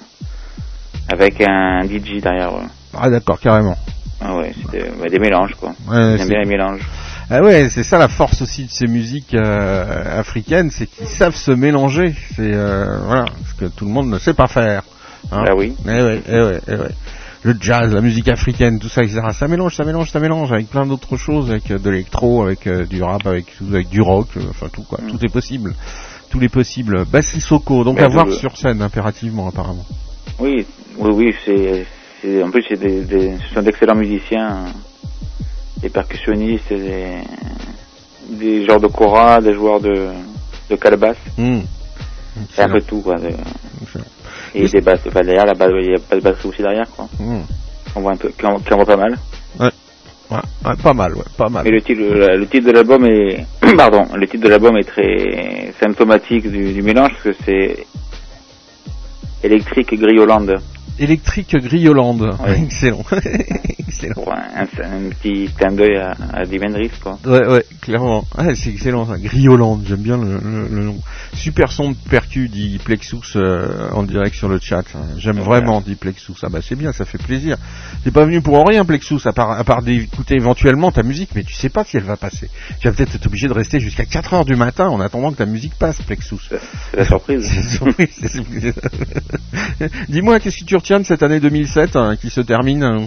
avec un D J derrière eux. Ah d'accord, carrément. Ah ouais, c'était bah, des mélanges quoi. Ouais, J'aime bien les mélanges. Ah ouais, c'est ça la force aussi de ces musiques euh, africaines, c'est qu'ils savent se mélanger. C'est euh, voilà, ce que tout le monde ne sait pas faire. Hein. Ah oui. Eh ouais, eh ouais, eh ouais. Le jazz, la musique africaine, tout ça, et cetera. Ça mélange, ça mélange, ça mélange avec plein d'autres choses, avec euh, de l'électro, avec euh, du rap, avec, avec du rock, euh, enfin tout quoi. Mm. Tout est possible. Tout est possible. Bassisoko, donc Mais à voir veux... sur scène impérativement apparemment. Oui, oui, oui, c'est, c'est en plus c'est des, des, ce sont d'excellents musiciens. Des percussionnistes, des, des joueurs de kora, des joueurs de, de calebasse. Mmh. C'est un peu tout, quoi. De, et des basses, enfin, derrière, la basse, il y a pas de batterie aussi derrière, quoi. Mmh. On voit un peu, qui en, qui en voit pas mal. Ouais. Ouais, ouais, pas mal, ouais, pas mal. Mais le titre, le, le titre de l'album est, pardon, le titre de l'album est très symptomatique du, du mélange, parce que c'est Électrique Griolande. Électrique Griolande. Oui. Excellent. Excellent. Pour un, un, un petit clin d'œil à, à Jimi Hendrix, quoi. Ouais, ouais, clairement. Ah, c'est excellent ça. Griolande, j'aime bien le, le, le nom. Super son de percu, dit Plexus euh, en direct sur le chat. J'aime ouais, vraiment, ouais. dit Plexus. Ah bah c'est bien, ça fait plaisir. T'es pas venu pour rien, Plexus, à part, à part d'écouter éventuellement ta musique, mais tu sais pas si elle va passer. Tu vas peut-être être obligé de rester jusqu'à quatre heures du matin en attendant que ta musique passe, Plexus. C'est, c'est la surprise. c'est la surprise. C'est... Dis-moi, qu'est-ce que tu retiens de cette année deux mille sept hein, qui se termine hein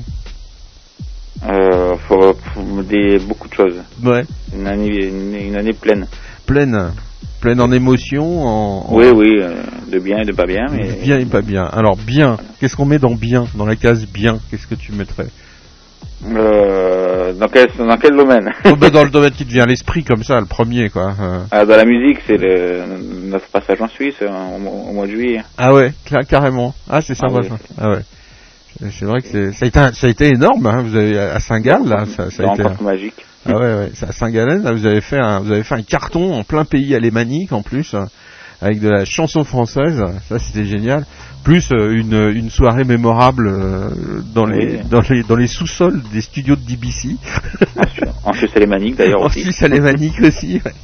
Euh, faut, faut des, beaucoup de choses. Ouais. Une année, une, une année pleine. Pleine. Pleine en émotions, en, en... Oui, oui, euh, de bien et de pas bien. Mais... Bien et pas bien. Alors, bien. Qu'est-ce qu'on met dans bien? Dans la case bien, qu'est-ce que tu mettrais? Euh, dans quel, dans quel domaine? Oh, bah, dans le domaine qui te vient à l'esprit, comme ça, le premier, quoi. Euh... Ah, dans la musique, c'est le, notre passage en Suisse, au, au mois de juillet. Ah ouais, cl- carrément. Ah, c'est sympa, ah, oui. ça. Ah ouais. C'est vrai que c'est, ça a été, un, ça a été énorme, hein. Vous avez, à Saint-Gall, là, ça, ça a été. Un... magique. Ah ouais, ouais. C'est à Saint-Galen, là, vous avez fait un, vous avez fait un carton en plein pays alémanique, en plus, avec de la chanson française. Ça, c'était génial. Plus euh, une, une soirée mémorable euh, dans les, oui. dans les, dans les sous-sols des studios de D B C. Ensuite, suisse alémanique d'ailleurs En aussi. Suisse alémanique aussi, ouais.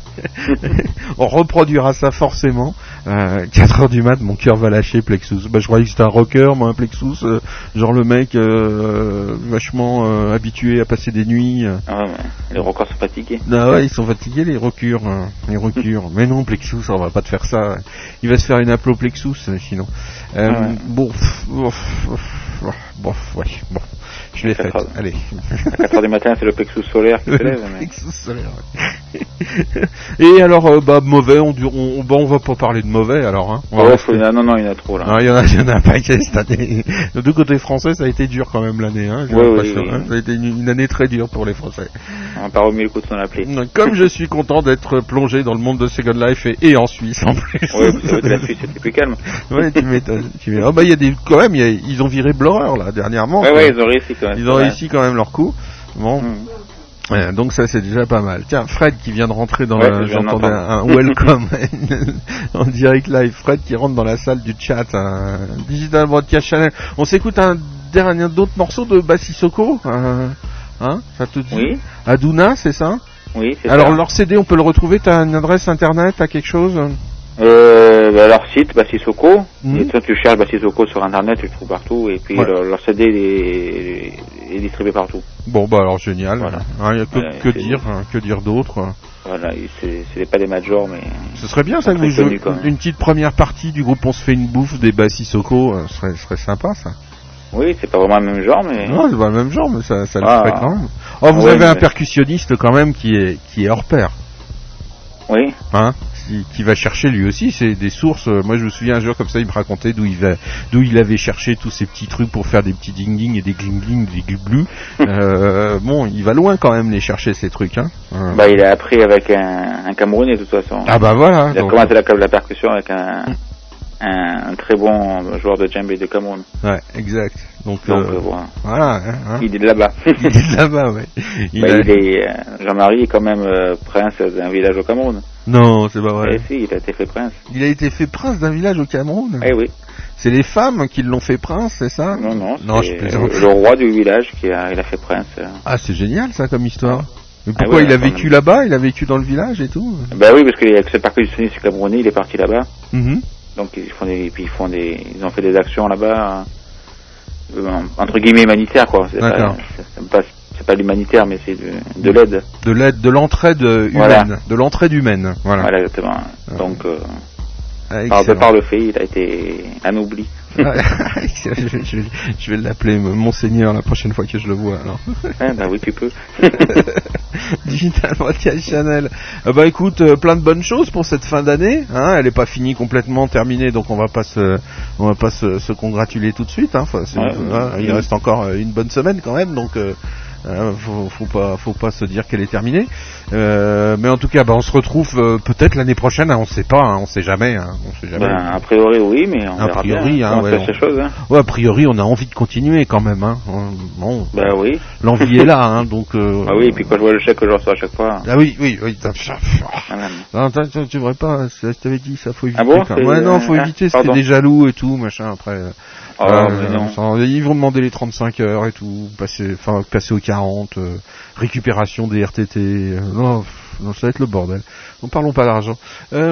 On reproduira ça forcément. Euh, quatre heures du mat, mon cœur va lâcher Plexus. Bah, je croyais que c'était un rocker, moi, un Plexus. Euh, genre le mec euh, vachement euh, habitué à passer des nuits. Euh. Ah ouais, les rockers sont fatigués. Ah ouais, ils sont fatigués, les rockers. Hein, les rockers. Mais non, Plexus, on va pas te faire ça. Il va se faire une aplo Plexus, sinon. Euh, Ah ouais. Bon, pff, pff, pff, bon, ouais, bon. Je l'ai faite. Allez. À quatre heures du matin, c'est le plexus solaire qui se lève. Le Mais... plexus solaire. Ouais. Et alors, euh, bah mauvais, on, on, bah, on va pas parler de mauvais alors. Hein. On va Oh, rester... faut... Non, non, il y en a trop là. Ah, il y en a, il y en a un paquet cette année. De deux côtés français, ça a été dur quand même l'année. Hein, j'ai oui, l'impression, oui, oui. hein. Ça a été une, une année très dure pour les Français. On n'a pas remis le coup de son appelé. Comme je suis content d'être plongé dans le monde de Second Life et, et en Suisse en plus. Oui, vous savez que la Suisse c'était plus calme. Ouais, tu m'étonnes. Tu m'étonnes. Oh, bah il y a des, quand même, il y a, ils ont viré Blurrer là dernièrement. Ouais, ouais, ils ont réussi quand même. Ils ont ouais. réussi quand même leur coup. Bon. Mmh. Ouais, donc ça c'est déjà pas mal. Tiens, Fred qui vient de rentrer dans ouais, la... J'entendais un, un welcome en direct live. Fred qui rentre dans la salle du chat. Un Digital Broadcast Channel. On s'écoute un dernier d'autres morceaux de Bassisoko. Hein, hein ça te dit? Oui. Aduna, c'est ça? Oui, c'est Alors ça. leur C D, on peut le retrouver. T'as une adresse internet, t'as quelque chose? Euh, bah, leur site, Bassisoko. Mmh. Et toi, tu cherches Bassisoko sur internet, tu le trouves partout. Et puis ouais. leur, leur C D est, est distribué partout. Bon, bah alors génial. Voilà. Hein, y a que, voilà, que dire, hein, que dire d'autre? Voilà, c'est, c'est pas des majors, mais. Ce serait bien ça que vous jouiez une petite première partie du groupe On se fait une bouffe des Bassisoko. Ce serait, ce serait sympa ça. Oui, c'est pas vraiment le même genre, mais. Non, c'est pas le même genre, mais ça, ça le ah, ferait quand même. Oh, vous ouais, avez mais... un percussionniste quand même qui est, qui est hors pair. Oui. Hein, qui, qui va chercher lui aussi, c'est des sources. Moi, je me souviens un jour comme ça, il me racontait d'où il va, d'où il avait cherché tous ces petits trucs pour faire des petits ding-ding et des gling-gling, des glu-glu. euh, bon, il va loin quand même les chercher ces trucs, hein. Euh... Bah, il a appris avec un, un Camerounais de toute façon. Ah bah voilà. Il a donc... commencé la, la percussion avec un. Un, un très bon joueur de djembé de Cameroun. Ouais, exact. Donc, Donc euh, euh, voilà. voilà hein. Il est de là-bas. Il est de là-bas, ouais. Il, bah, a... il est, euh, Jean-Marie est quand même euh, prince d'un village au Cameroun. Non, c'est pas vrai. Eh si, il a été fait prince. Il a été fait prince d'un village au Cameroun. Eh oui. C'est les femmes qui l'ont fait prince, c'est ça? Non, non, non c'est je plaisante. le roi du village qui a, il a fait prince. Ah, c'est génial ça comme histoire. Mais ah pourquoi ouais, il a vécu même. Là-bas? Il a vécu dans le village et tout? Bah oui, parce qu'il y a que ce percussionniste camerounais, il est parti là-bas. Mm-hmm. Donc ils font des, puis ils font des, ils ont fait des actions là-bas, euh, entre guillemets humanitaires quoi. C'est D'accord. pas, c'est pas, c'est pas l'humanitaire, mais c'est de, de l'aide. De l'aide, de l'entraide humaine, voilà. De l'entraide humaine, voilà. Voilà exactement. Donc euh, ah, par, de par le fait, il a été un oubli. je, je, je vais l'appeler Monseigneur la prochaine fois que je le vois alors. Ah, bah oui, tu peux. Digital Broadcast Channel. Euh, bah écoute, euh, plein de bonnes choses pour cette fin d'année. Hein, elle n'est pas finie complètement terminée, donc on va pas se, on va pas se, se congratuler tout de suite. Hein. Enfin, c'est, ouais, hein, ouais. Il reste encore une bonne semaine quand même, donc. Euh, Euh, faut, faut pas, faut pas se dire qu'elle est terminée. Euh, mais en tout cas, bah, on se retrouve euh, peut-être l'année prochaine. Hein, on sait pas, hein, on sait jamais. Hein, on sait jamais. Ben, a priori, oui, mais on a verra priori, bien. Hein, ouais, on... ces choses, hein. ouais, a priori, on a envie de continuer quand même. Hein. Bon, bah oui. L'envie est là, hein, donc. Euh... Ah oui, et puis quand je vois le chèque que je reçois à chaque fois. Ah oui, oui, oui. Ah, non, tu devrais pas. Je t'avais dit, ça faut éviter. Ah bon, quand... Ouais, non, faut ah, éviter. C'était des jaloux et tout, machin. Après. Oh, euh, mais non. Sans... Ils vont demander les trente-cinq heures et tout, passer, enfin, passer aux quarante, euh, récupération des R T T. Euh, non, non, ça va être le bordel. Ne parlons pas d'argent. Euh...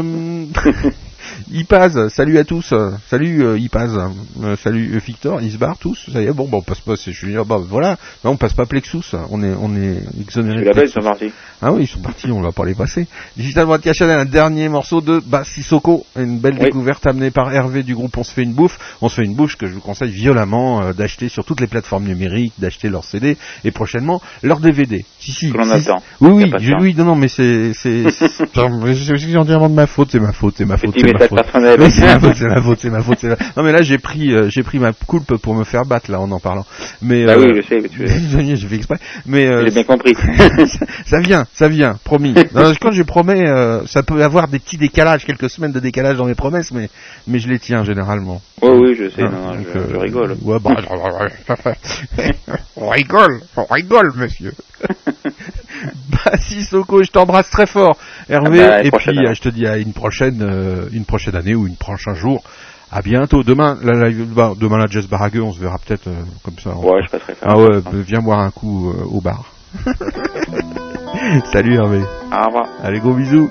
Ipaz, salut à tous, salut euh, Ipaz, euh, salut euh, Victor, ils se barrent tous, ça y est, bon, bah, on passe pas, c'est, je suis là, bah, voilà, non, on passe pas Plexus, on est, on est exonéré. La belle, ils sont partis. Ah oui, ils sont partis, on va pas les passer. Digital Broadcast Channel, un dernier morceau de Bassisoko, une belle oui. découverte amenée par Hervé du groupe On se fait une bouffe, on se fait une bouffe que je vous conseille violemment euh, d'acheter sur toutes les plateformes numériques, d'acheter leur C D et prochainement leur D V D. Si, si, que l'on si, attend. Oui, oui, je, oui, non, non, mais c'est, c'est, c'est, c'est, c'est, c'est entièrement de ma faute, c'est ma faute, c'est ma faute, c'est ma faute. Mais c'est ma faute, c'est ma faute, c'est ma faute, c'est ma... Non mais là j'ai pris, euh, j'ai pris ma coulpe pour me faire battre là en en parlant. Mais bah euh... oui, je sais, mais tu es... j'ai fait exprès. Mais euh... j'ai bien compris. ça, ça vient, ça vient, promis. Non, quand je promets, euh, ça peut avoir des petits décalages, quelques semaines de décalage dans mes promesses, mais mais je les tiens généralement. Oui, oui, je sais. Ah, non, donc, je, euh... je rigole. Ouais, bah, on rigole, on rigole, monsieur. Bassisoko, je t'embrasse très fort, Hervé, ah bah, et puis année. je te dis à une prochaine, euh, une prochaine année ou une prochain jour. À bientôt. Demain, la, la, bah, demain la Jazz Baragueux, on se verra peut-être euh, comme ça. Ouais, je passerai faire. Ah ouais, viens boire un coup euh, au bar. Salut Hervé. Au revoir. Allez, gros bisous.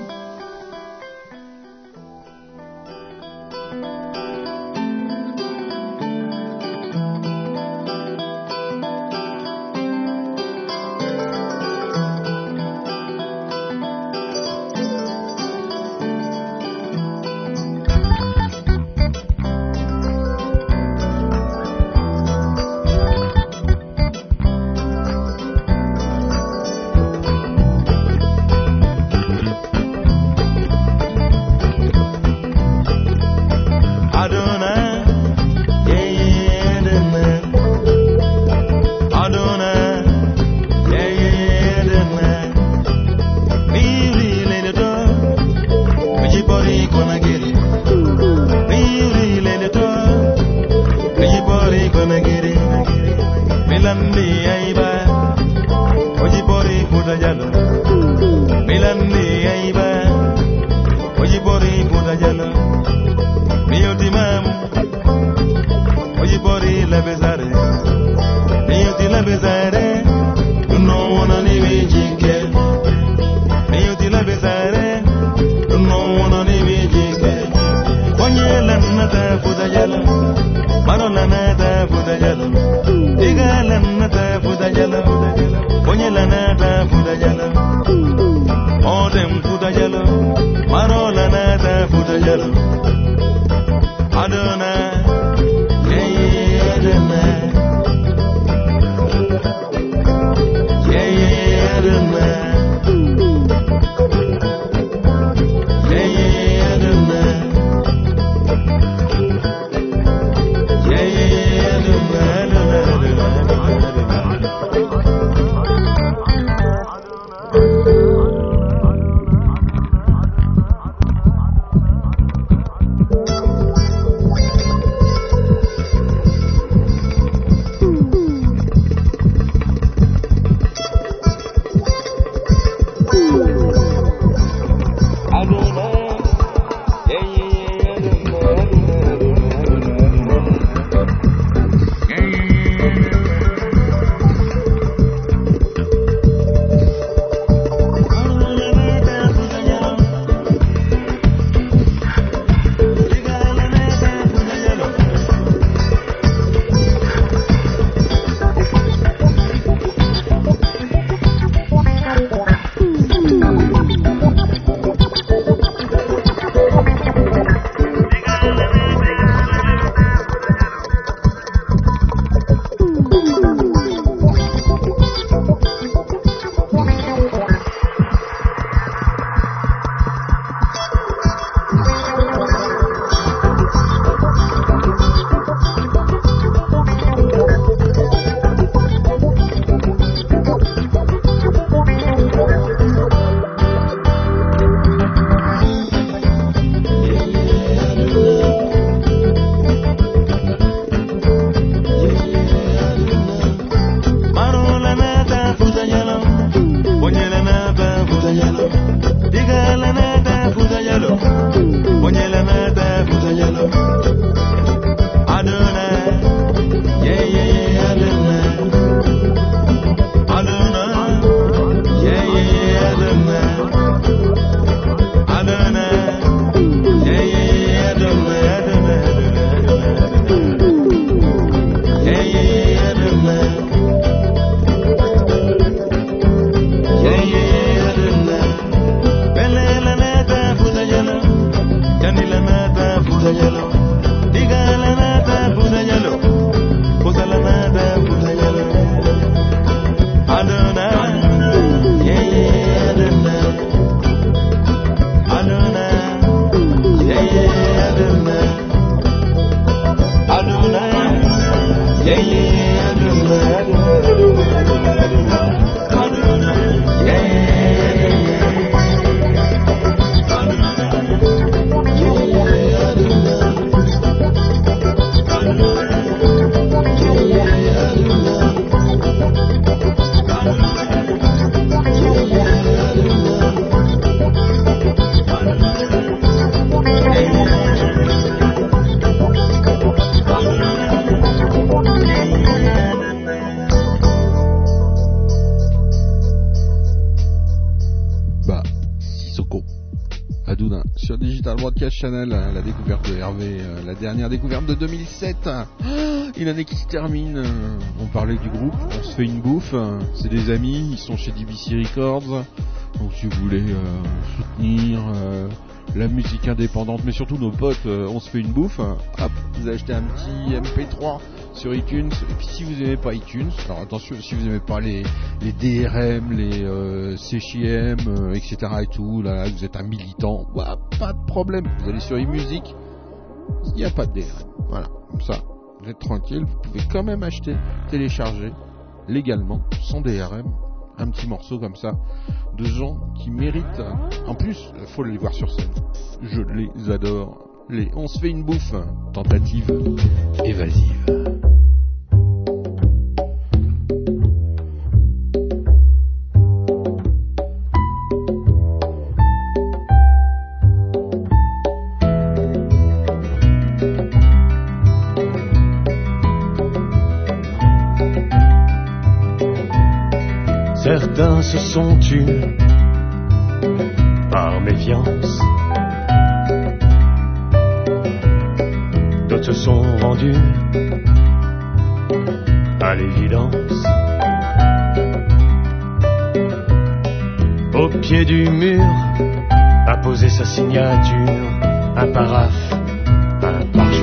Lucas Chanel, la découverte de Hervé, euh, la dernière découverte de deux mille sept. Ah, une année qui se termine. Euh, on parlait du groupe, on se fait une bouffe. Euh, c'est des amis, ils sont chez D B C Records. Donc si vous voulez euh, soutenir euh, la musique indépendante, mais surtout nos potes, euh, on se fait une bouffe. Hop, vous achetez un petit M P trois sur iTunes. Et puis si vous aimez pas iTunes, alors attention, si vous aimez pas les, les D R M, les euh, C H I M, euh, et cetera et tout, là, vous êtes un militant, bah, pas de problème. Vous allez sur eMusic, il n'y a pas de D R M. Voilà, comme ça, vous êtes tranquille. Vous pouvez quand même acheter, télécharger légalement, sans D R M, un petit morceau comme ça de gens qui méritent. En plus, il faut les voir sur scène. Je les adore. Les on se fait une bouffe, tentative évasive. Certains se sont tus par méfiance, d'autres se sont rendus à l'évidence. Au pied du mur a posé sa signature, un paraphe, un parjure.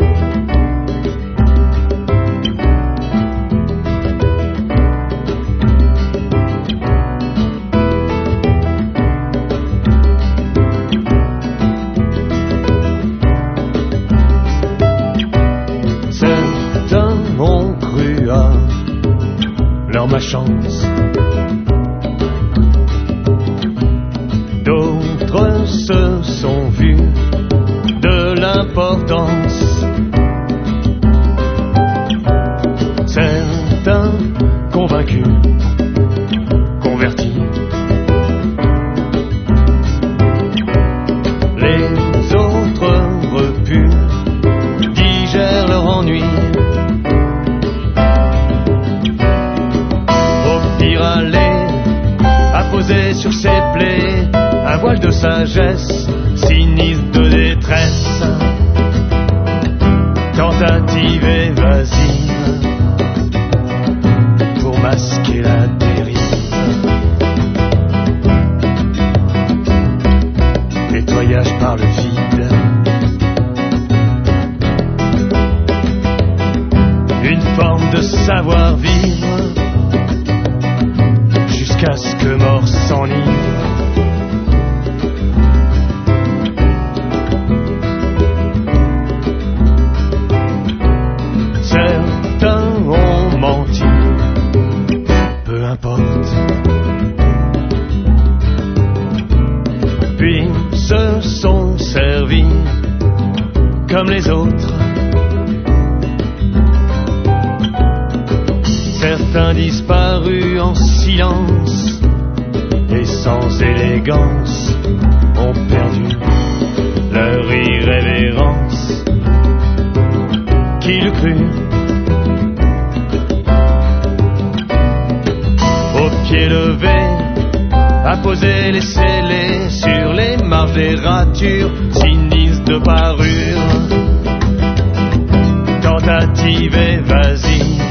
Ma chance. D'autres se sont vus de l'importance. Certains convaincus, convertis. Les autres repus digèrent leur ennui. Sur ses plaies, un voile de sagesse, sinistre de détresse, tentative évasive, pour masquer la dérive, nettoyage par le vide, une forme de savoir-vivre, jusqu'à ce que mort s'enivre. Certains ont menti, peu importe. Puis se sont servis comme les autres. Certains disparus en silence et sans élégance ont perdu leur irrévérence. Qui le crut? Au pied levé, à poser les scellés sur les marges des ratures, sinistres de parure, tentative évasive,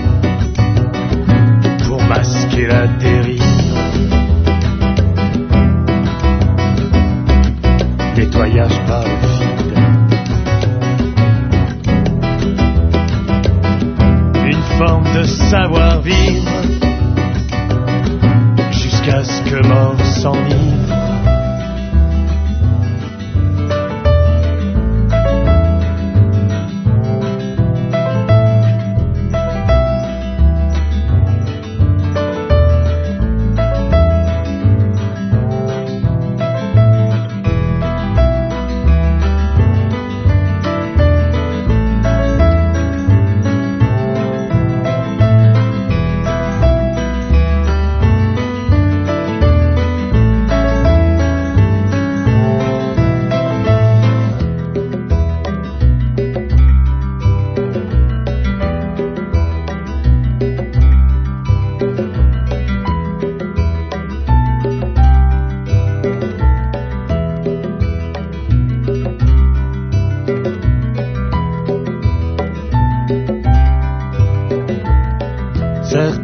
masquer la dérive, nettoyage par le vide, une forme de savoir-vivre, jusqu'à ce que mort s'enivre.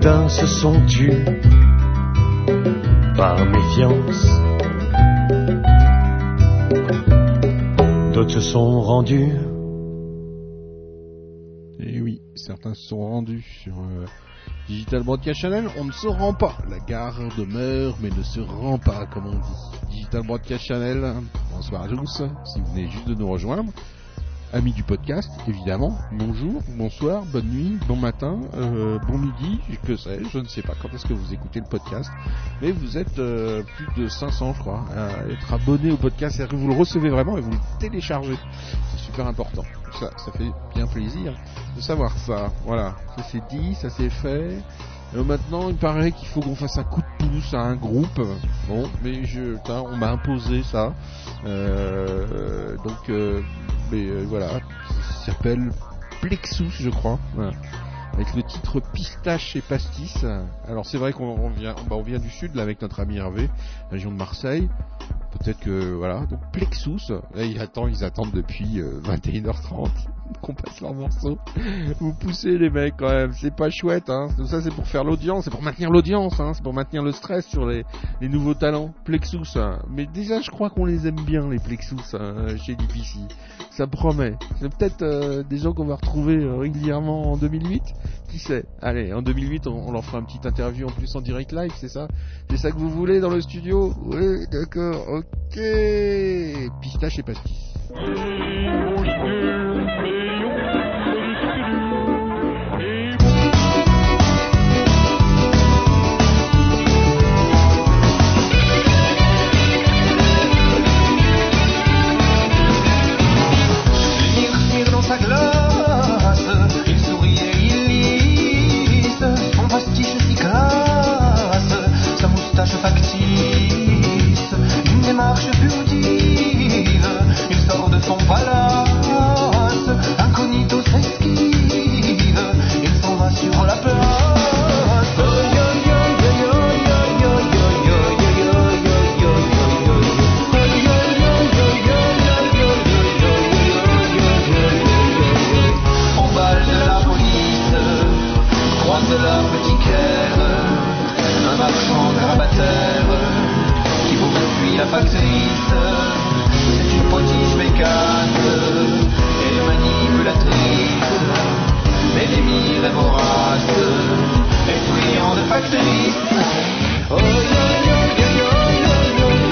certains se sont tus par méfiance. D'autres se sont rendus. Et oui, certains se sont rendus sur euh, Digital Broadcast Channel. On ne se rend pas. La gare demeure, mais ne se rend pas, comme on dit. Digital Broadcast Channel. Bonsoir à tous. Si vous venez juste de nous rejoindre, amis du podcast, évidemment. Bonjour, bonsoir, bonne nuit, bon matin, euh, bon midi, que sais-je, je ne sais pas quand est-ce que vous écoutez le podcast. Mais vous êtes euh, plus de cinq cents, je crois, à être abonné au podcast. C'est-à-dire que vous le recevez vraiment et vous le téléchargez. C'est super important. Ça, ça fait bien plaisir de savoir ça. Voilà, ça c'est dit, ça c'est fait. Euh, maintenant, il paraît qu'il faut qu'on fasse un coup de pouce à un groupe. Bon, mais je, tain, on m'a imposé ça. Euh, donc, euh, mais euh, voilà, ça s'appelle Plexus, je crois. Voilà. Avec le titre Pistache et Pastis. Alors c'est vrai qu'on on vient, bah on vient du sud là avec notre ami Hervé, région de Marseille. Peut-être que voilà, donc Plexus. Là ils attendent, ils attendent depuis euh, vingt et une heures trente qu'on passe leur morceau. Vous poussez les mecs quand même, c'est pas chouette. Hein. Tout ça c'est pour faire l'audience, c'est pour maintenir l'audience, hein. C'est pour maintenir le stress sur les, les nouveaux talents. Plexus. Hein. Mais déjà je crois qu'on les aime bien les Plexus hein, chez D P C. Ça promet. C'est peut-être euh, des gens qu'on va retrouver euh, régulièrement en deux mille huit. Qui sait? Allez, en deux mille huit, on, on leur fera une petite interview en plus en direct live, c'est ça? C'est ça que vous voulez dans le studio? Oui, d'accord, ok. Pistache et pastis. Dans sa glace, il sourit et il lisse son pastiche si classe, sa moustache factice, une démarche furtive, il sort de son palace, incognito s'esquive, il s'en va sur la place. De la boutiquaire, un marchand grabataire qui vous fuit la factrice. C'est une potiche bécane et manipulatrice, mais l'émir est vorace et friand de factrice. Oh, yo, yo, yo, yo, yo, yo.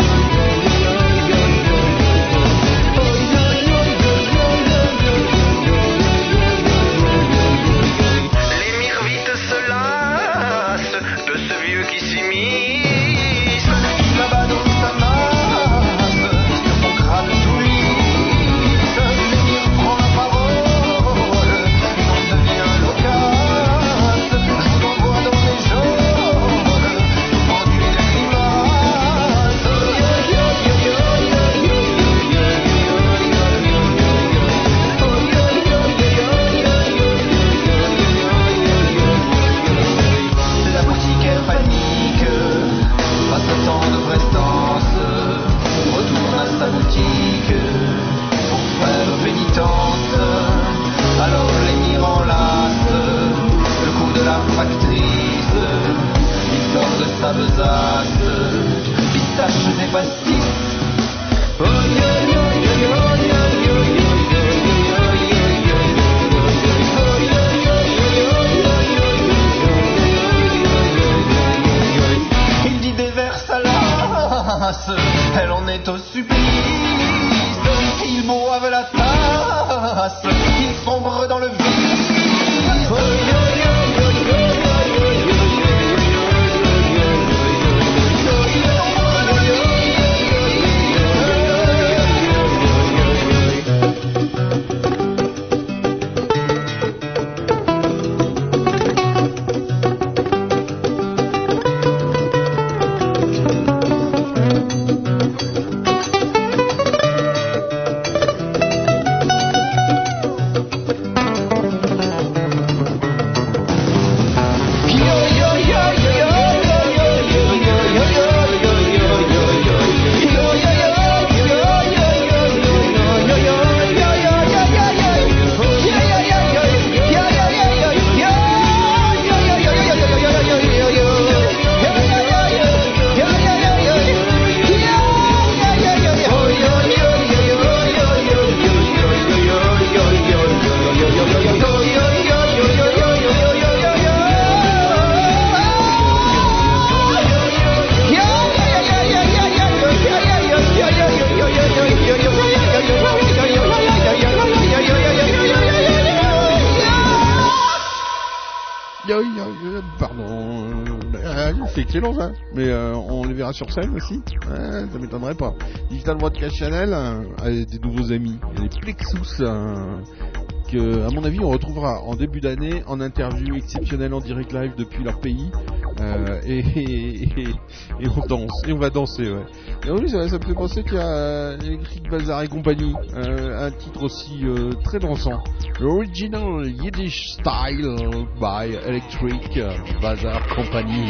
Elle en est au supplice, ils boivent la tasse, ils sombrent dans le vice. Pardon. Euh, c'est excellent ça. Mais euh, on les verra sur scène aussi. Ouais, ça m'étonnerait pas. Digital Broadcast Channel euh, a des nouveaux amis. Il y a les Plexus. Euh, que, à mon avis, on retrouvera en début d'année en interview exceptionnelle en direct live depuis leur pays. Euh, et, et, et, et on danse. Et on va danser, ouais. Et oui, ça, ça me fait penser qu'il y a Electric Bazar et compagnie. Euh, un titre aussi euh, très dansant. L'Original Yiddish Style by Electric Bazar Company.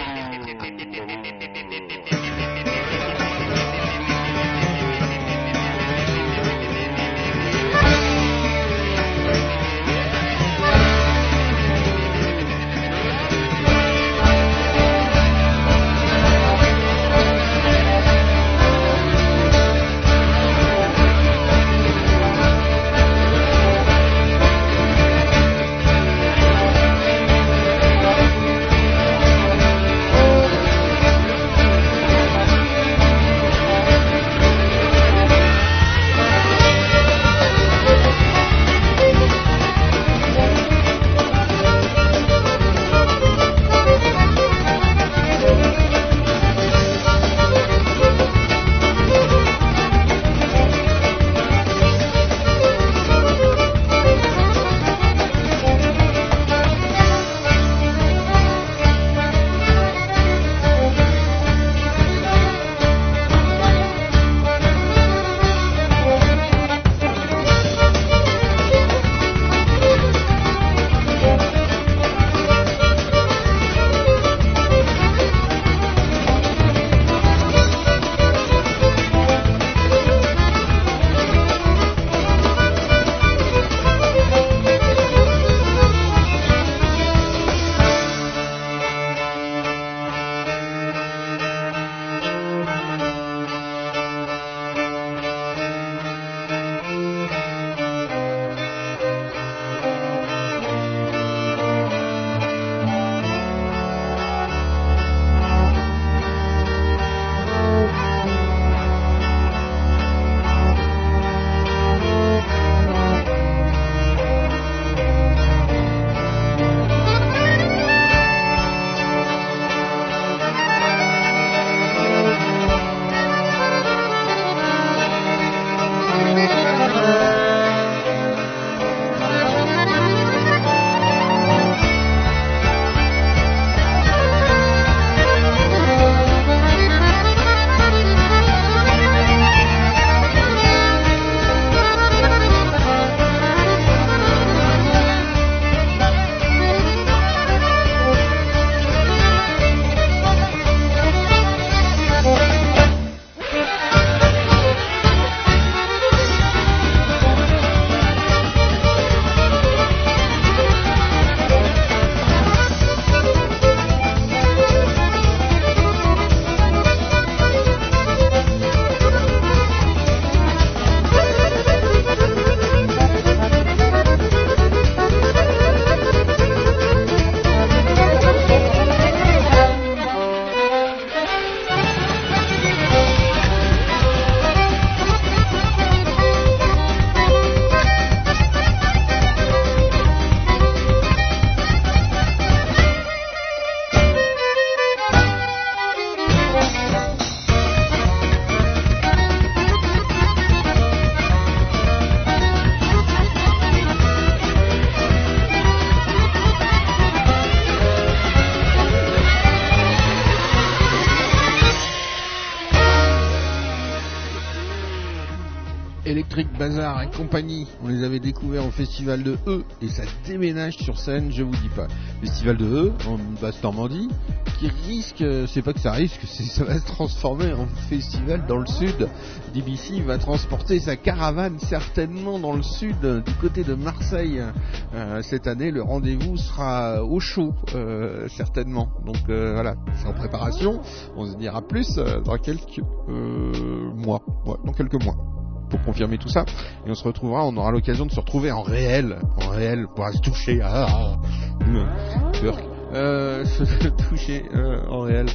Electric Bazar et compagnie, on les avait découverts au festival de E et ça déménage sur scène, je vous dis pas. Festival de E en Basse-Normandie qui risque, c'est pas que ça risque, c'est, ça va se transformer en festival dans le sud. D B C va transporter sa caravane certainement dans le sud, du côté de Marseille. Euh, cette année, le rendez-vous sera au chaud, euh, certainement. Donc euh, voilà, c'est en préparation. On se dira plus euh, dans quelques euh, mois, ouais, dans quelques mois. Pour confirmer tout ça, et on se retrouvera, on aura l'occasion de se retrouver en réel, en réel, pour se toucher, ah, ah, euh, se toucher euh, en réel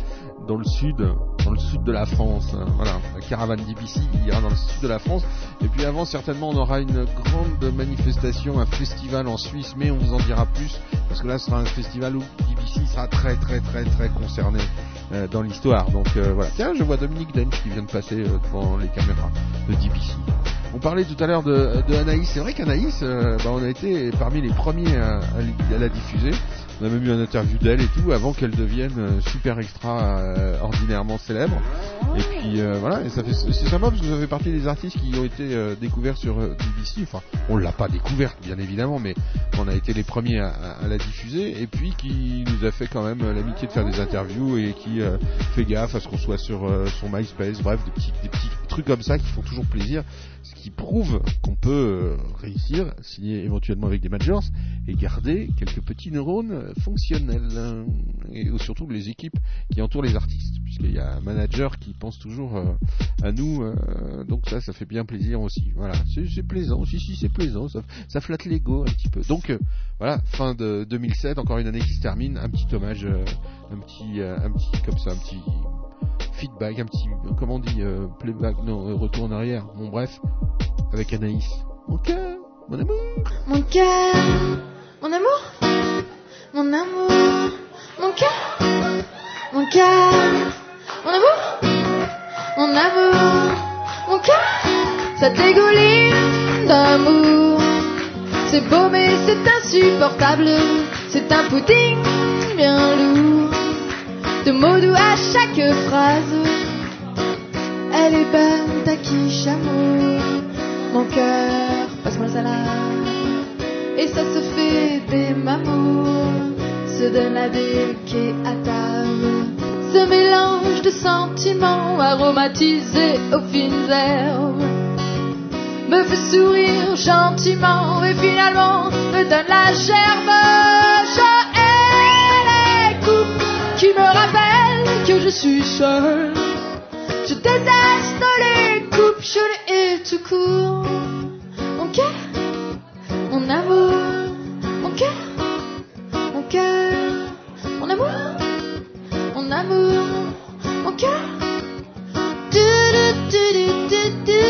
dans le sud, dans le sud de la France. Hein, voilà, la caravane D B C ira dans le sud de la France. Et puis avant, certainement, on aura une grande manifestation, un festival en Suisse, mais on vous en dira plus, parce que là, ce sera un festival où D B C sera très très très très concerné euh, dans l'histoire. Donc euh, voilà. Tiens, je vois Dominique Dench qui vient de passer euh, devant les caméras de D B C. On parlait tout à l'heure de, de Anaïs. C'est vrai qu'Anaïs, euh, bah, on a été parmi les premiers à, à, à la diffuser. On a même eu une interview d'elle et tout avant qu'elle devienne euh, super extra euh, ordinairement célèbre. Et puis euh, voilà, et ça fait, c'est sympa parce que ça fait partie des artistes qui ont été euh, découverts sur euh, D B C. Enfin, on l'a pas découverte bien évidemment, mais on a été les premiers à, à, à la diffuser. Et puis qui nous a fait quand même euh, l'amitié de faire des interviews et qui euh, fait gaffe à ce qu'on soit sur euh, son MySpace. Bref, des petits, des petits trucs comme ça qui font toujours plaisir. Ce qui prouve qu'on peut euh, réussir, signer éventuellement avec des majors et garder quelques petits neurones fonctionnels. Hein, et surtout les équipes qui entourent les artistes, puisqu'il y a un manager qui pense toujours euh, à nous. Euh, donc ça, ça fait bien plaisir aussi. Voilà, c'est, c'est plaisant. Si, si, c'est plaisant. Ça, ça flatte l'ego un petit peu. Donc euh, voilà, fin de deux mille sept, encore une année qui se termine. Un petit hommage, euh, un petit, euh, un petit comme ça, un petit feedback, un petit, comment on dit, euh, playback, non, euh, retour en arrière. Bon bref, avec Anaïs. Mon cœur, mon amour. Mon cœur, mon amour, mon amour, mon cœur, mon cœur, mon amour, mon amour, mon cœur, ça dégouline d'amour. C'est beau mais c'est insupportable, c'est un pudding bien lourd, de mots doux à chaque phrase. Elle est bonne, t'as qui chameau, mon cœur, passe-moi le salade. Et ça se fait des mamours, se donne la béquille à table. Ce mélange de sentiments aromatisés aux fines herbes me fait sourire gentiment et finalement me donne la gerbe. Je hais les couples qui me rappellent que je suis seule. Je déteste les couples, je les hais tout court. Mon cœur, mon amour, mon cœur, mon cœur, mon amour, mon amour, mon cœur. Du, du, du, du, du, du.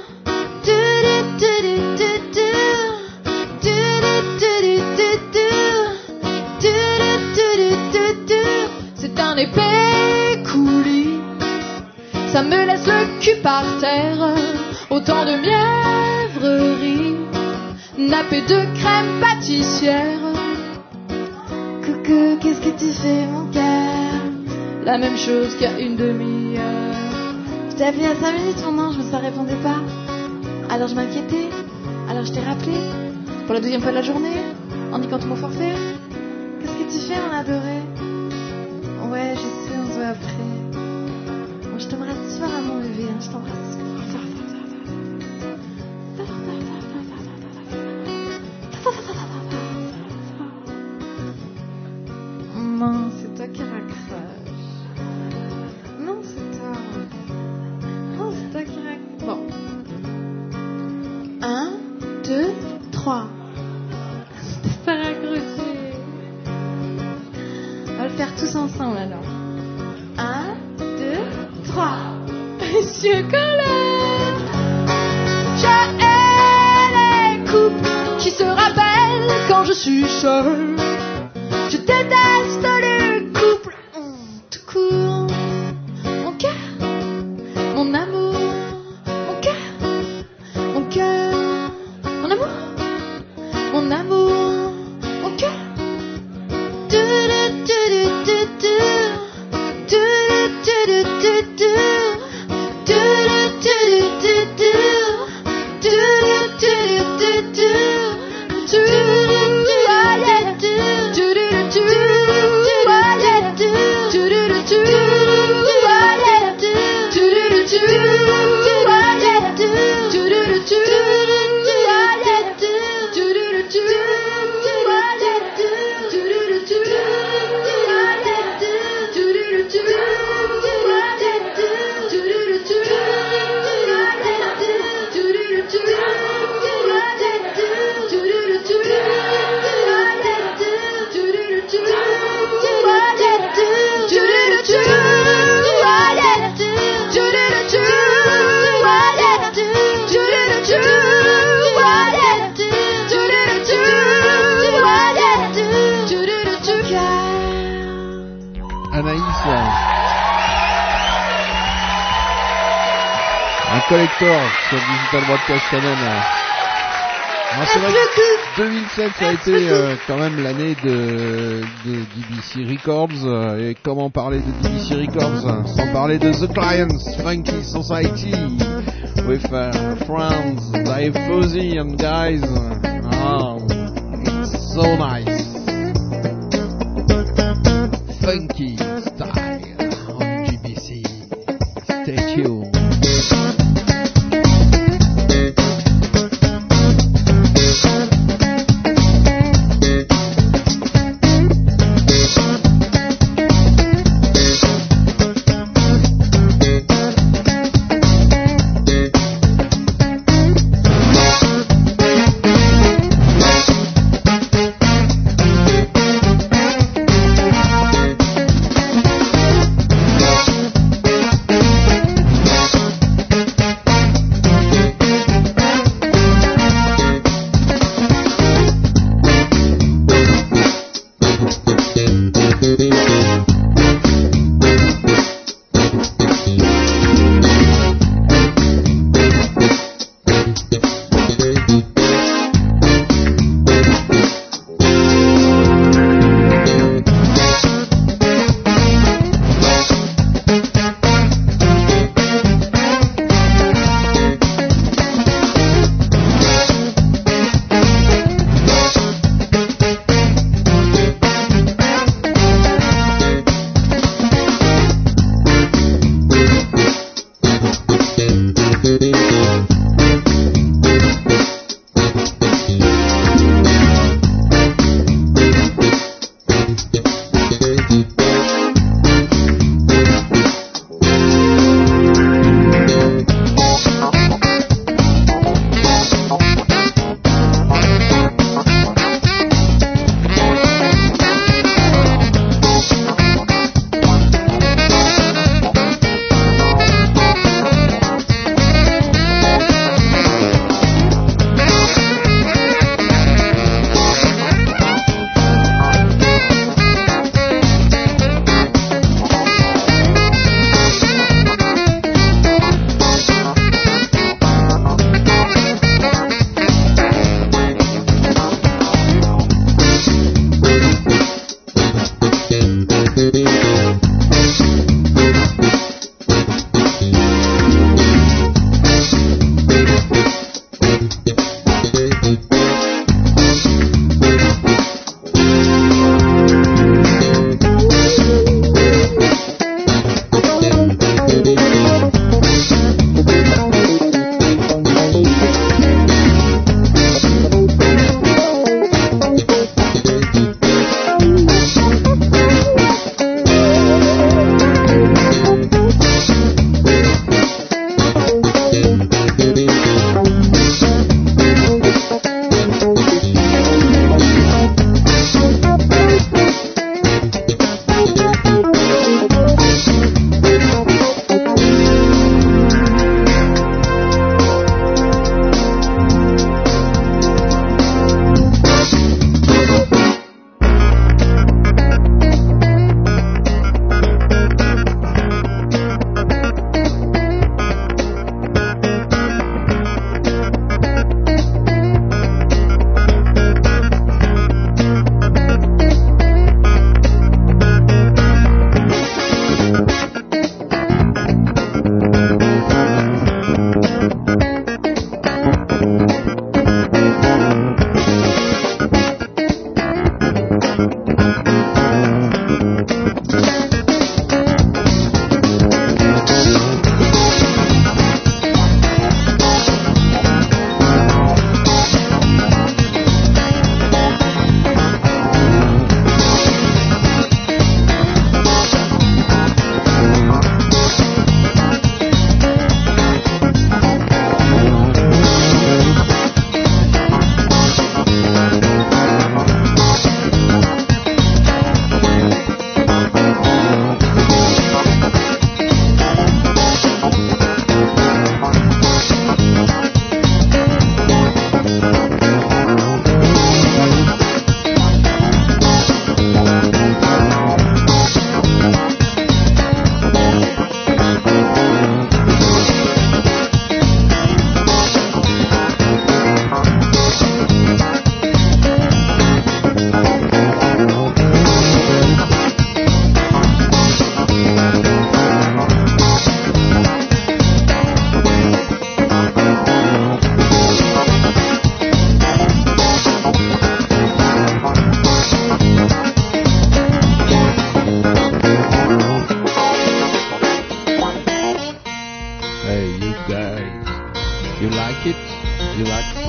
C'est un épais coulis, ça me laisse le cul par terre. Autant de mièvreries, nappé de crème pâtissière. Coucou, qu'est-ce que tu fais mon cœur? La même chose qu'il y a une demi-heure. Je t'ai appelé à cinq minutes mon ange, mais ça répondait pas. Alors je m'inquiétais, alors je t'ai rappelé. Pour la deuxième fois de la journée, en indiquant tout mon forfait. Qu'est-ce que tu fais mon adoré? Ouais, je sais, on se voit après. Bon, je t'embrasse fort à mon bébé, hein, je t'embrasse fort, fort, fort, fort, fort, fort, fort, fort, fort. Non, c'est toi qui raccroche. Non, c'est toi. Non, c'est toi qui raccroche. Bon. Un, deux, trois. C'est pas raccroché. On va le faire tous ensemble alors. Un, deux, trois. Monsieur Colère. Je hais les couples qui se rappellent quand je suis seule. Je déteste les couples tout court. Mon cœur, mon amour, mon cœur, mon cœur, mon amour, mon amour, mon cœur. Du, du, du, du, du, du, du, du, du, du, du. Do Collector sur Digital Broadcast Channel. Alors, c'est vrai que deux mille sept ça a été euh, quand même l'année de, de D B C Records, euh, et comment parler de D B C Records hein, sans parler de The Clients, Funky Society with uh, friends Dave Fozzy and guys. Oh, it's so nice. Funky style on G B C. Stay tuned.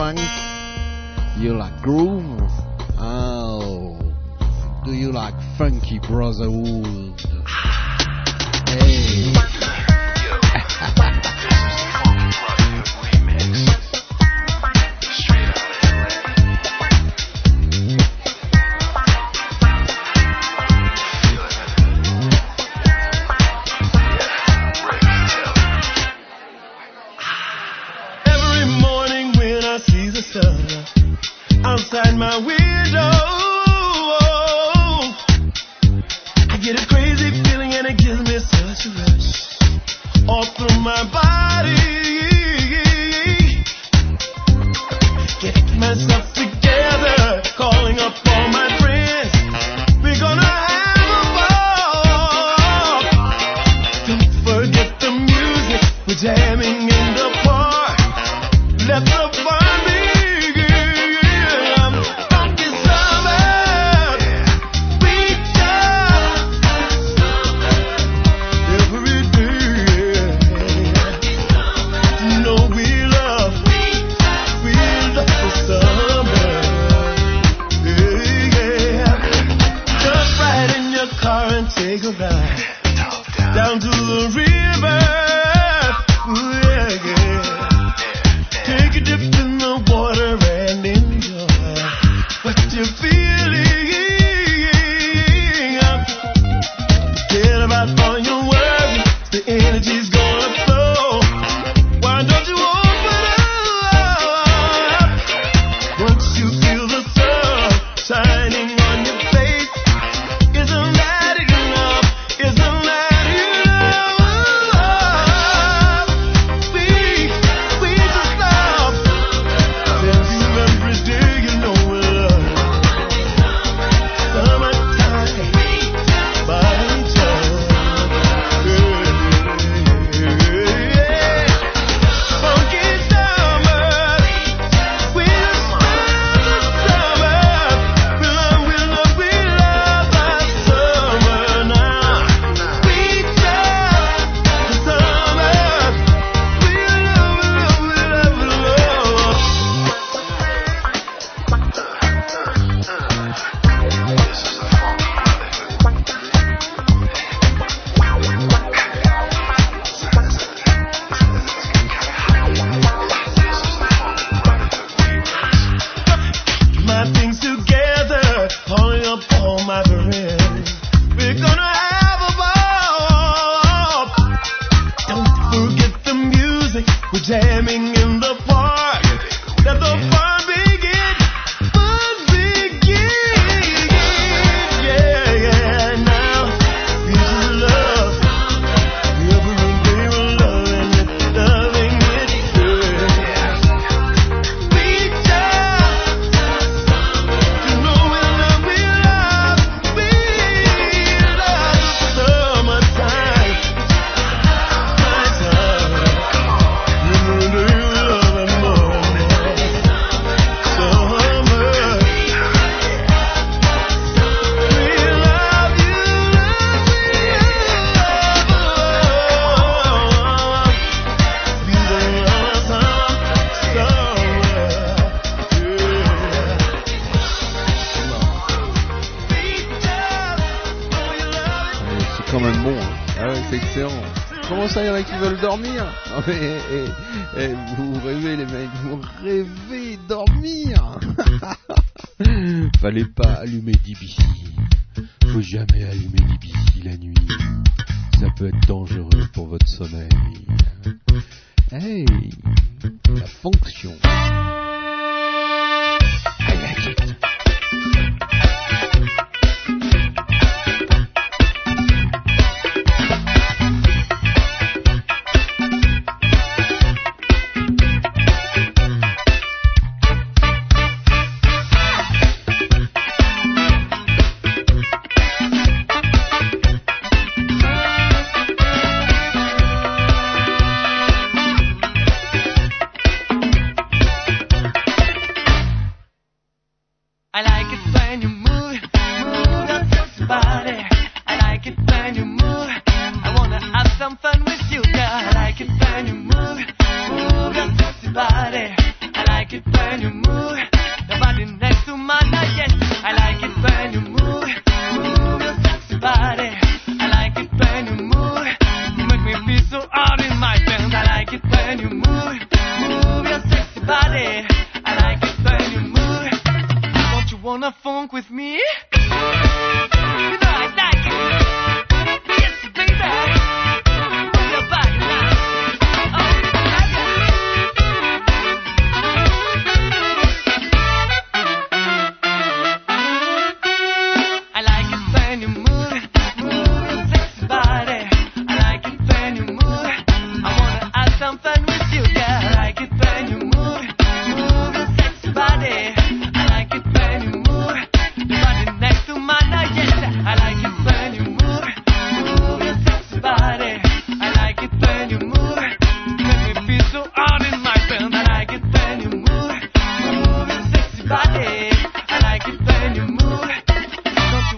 funk? You like groove? Oh, do you like funky brotherhood? Hey. Outside my window, I get a crazy feeling and it gives me such a rush all through my body. Get myself together, calling up all my friends. We're gonna have a ball. Don't forget the music, we're jamming in the park. Let the fun begin. Down to the river, ooh, yeah, yeah. Take a dip in the water and enjoy what you're feeling. Forget about all your worries, the energy's gonna flow. Why don't you open up? Once you feel the sun shining on your face, isn't that enough? Isn't that jamming in the park? Let the fun begin, fun begin. Yeah, yeah, now this is love. Every day we're loving it, loving it good. We just to know we love, we love, we love the summertime, my time. C'est quand même bon, hein. Ah ouais, c'est excellent. Comment ça, il y en a qui veulent dormir? Non mais, eh, eh, eh, vous rêvez les mecs, vous rêvez dormir. Fallait pas allumer D B C. Faut jamais allumer D B C la nuit. Ça peut être dangereux pour votre sommeil. Hey, la fonction. I like it.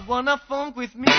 wanna funk with me?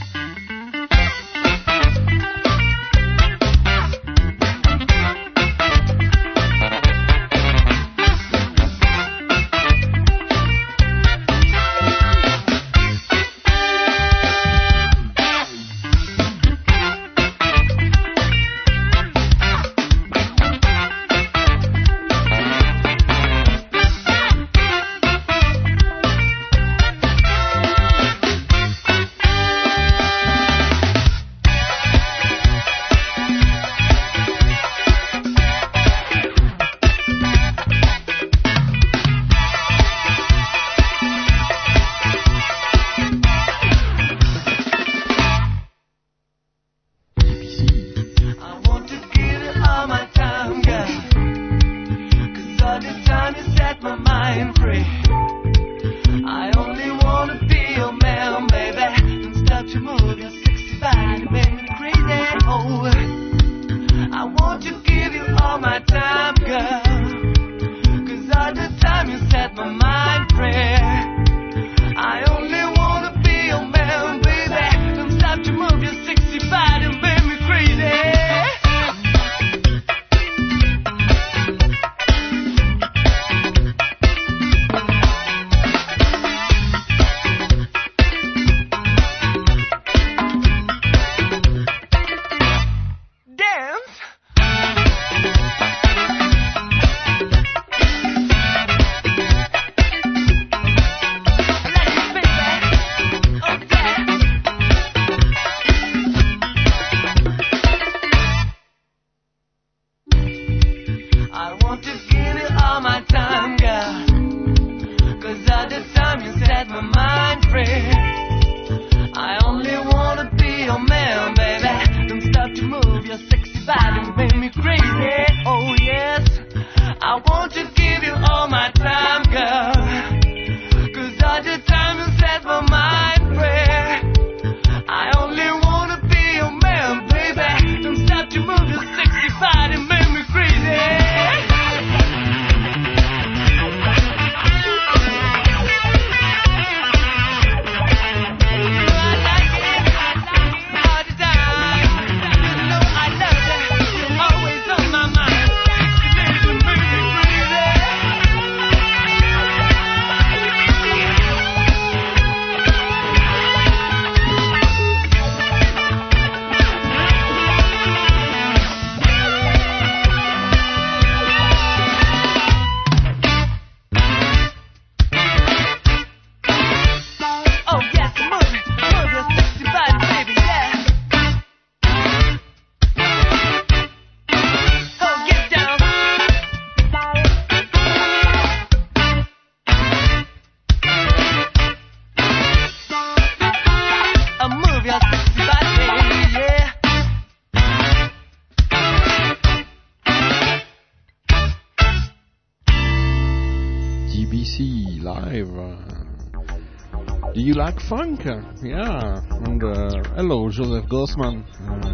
Do you like funk? Yeah. And uh, hello, Joseph Grossman, uh,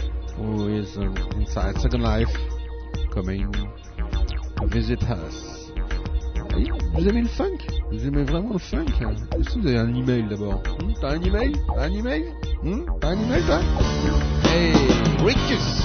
who is uh, inside Second Life, coming to visit us. Et vous aimez le funk? Vous aimez vraiment le funk? Est-ce que vous avez un email d'abord? Hmm? T'as un email? T'as un email? Hmm? T'as un email, toi? Hey, Rictus!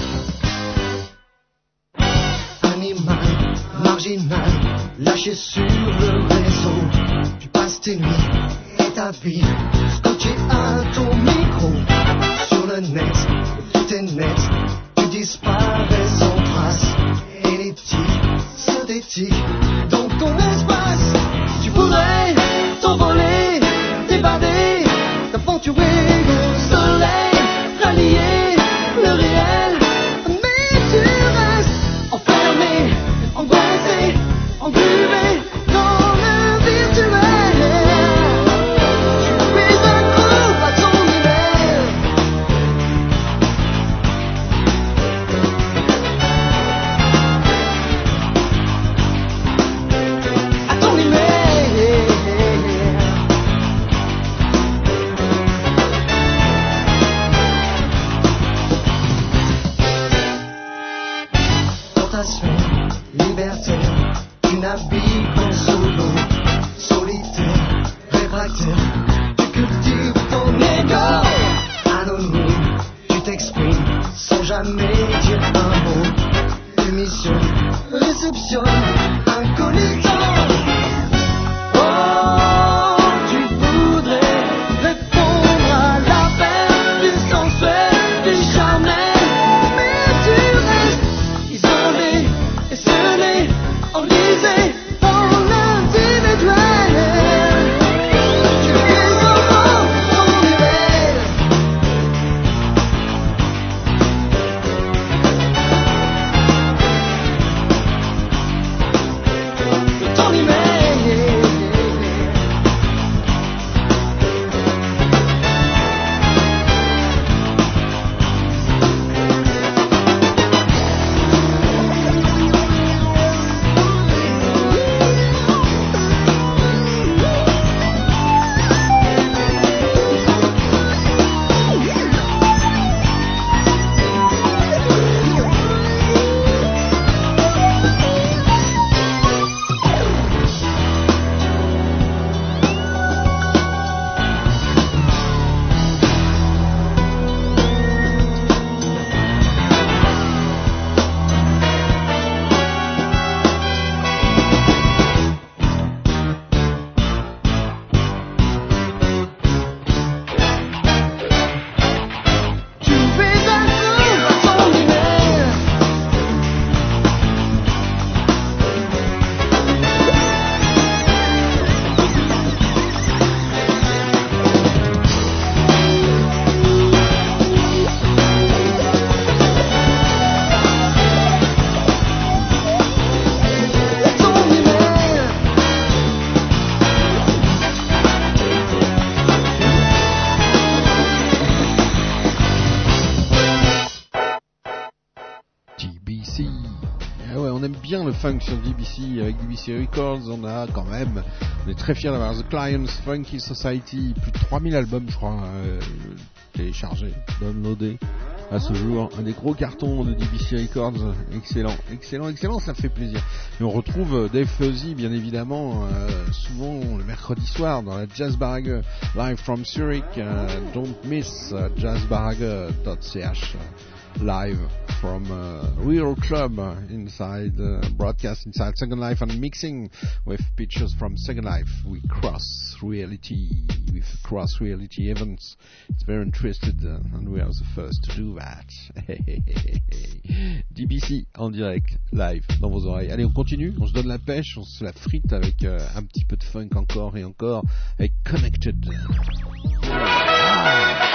Animal, marginal, lâché sur le réseau. Tu passes tes nuits et ta vie, scotché à ton micro. Sur le net, tout est net, tu disparais sans trace. Et les tirs se détient dans ton espace. Tu voudrais t'envoler, t'évader, t'aventurer au soleil, rallier le réel. Mais tu restes enfermé, angoissé, englué dans le virtuel. Tu es accro à ton email. À ton email. bien le funk sur D B C avec D B C Records. On a quand même, on est très fiers d'avoir The Clients Funky Society, plus de trois mille albums je crois euh, téléchargés, downloadés à ce jour. Un des gros cartons de D B C Records, excellent, excellent, excellent, ça fait plaisir. Et on retrouve Dave Fuzzy bien évidemment euh, souvent le mercredi soir dans la Jazz Barrage live from Zurich. Uh, don't miss uh, jazzbarrage dot c h uh, live from uh, Real Club uh, inside uh, broadcast inside Second Life and mixing with pictures from Second Life. We cross reality with cross reality events. It's very interested uh, and we are the first to do that. D B C en direct live dans vos oreilles. Allez, on continue, on se donne la pêche, on se la frite avec euh, un petit peu de funk encore et encore avec Connected. Ah.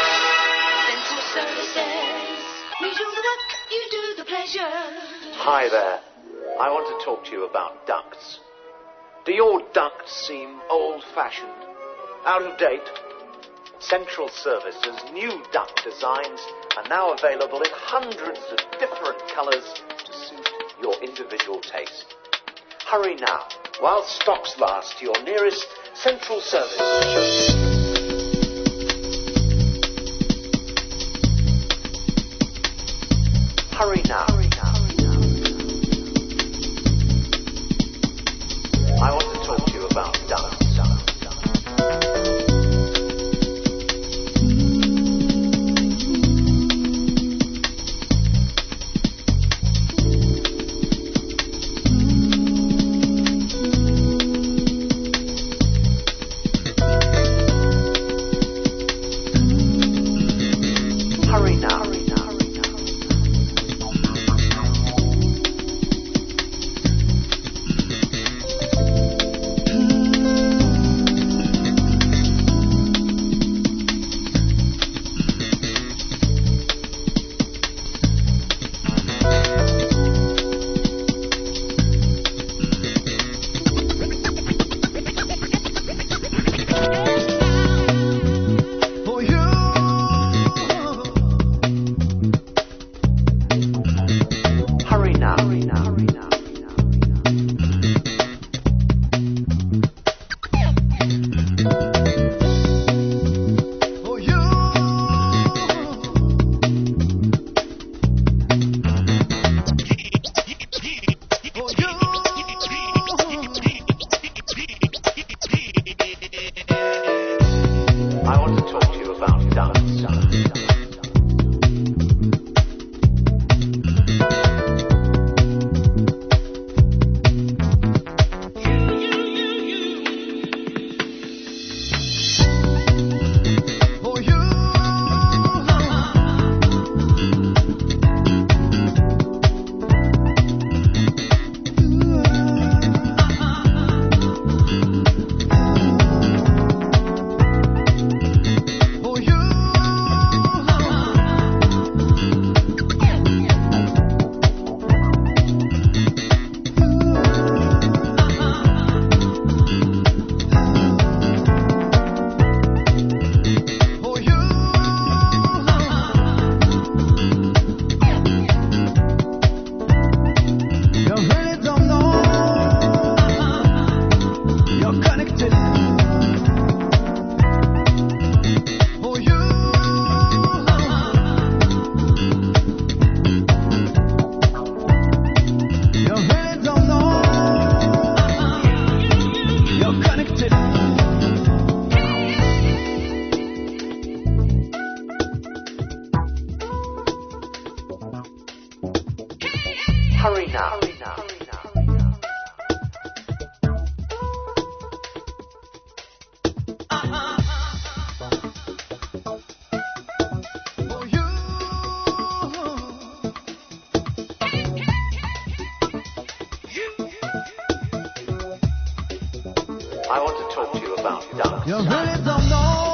Hi there. I want to talk to you about ducts. Do your ducts seem old-fashioned, out of date? Central Services' new duct designs are now available in hundreds of different colours to suit your individual taste. Hurry now, while stocks last, to your nearest Central Service. Hurry now. I want to talk to you about ducts. Hurry now. I want to talk to you about ducks. You really don't know.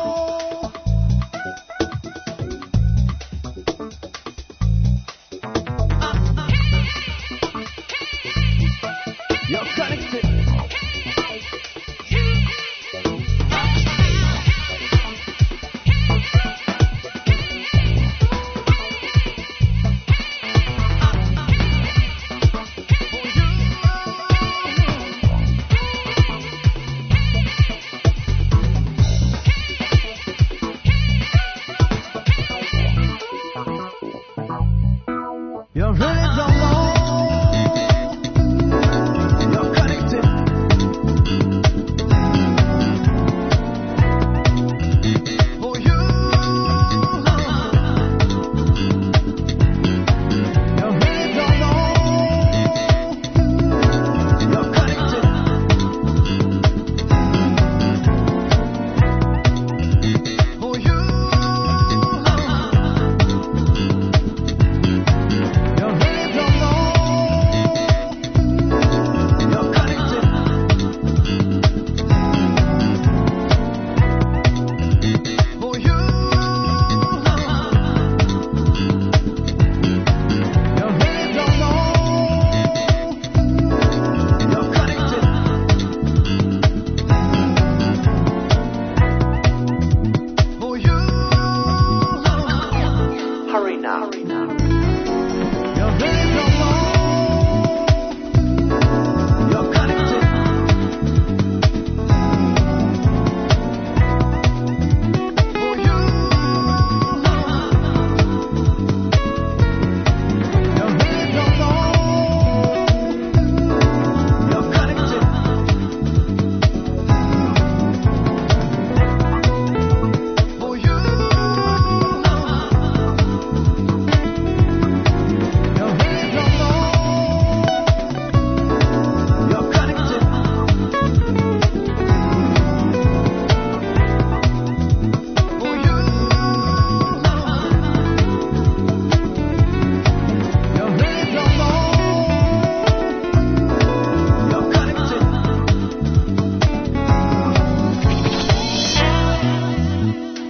You're connected.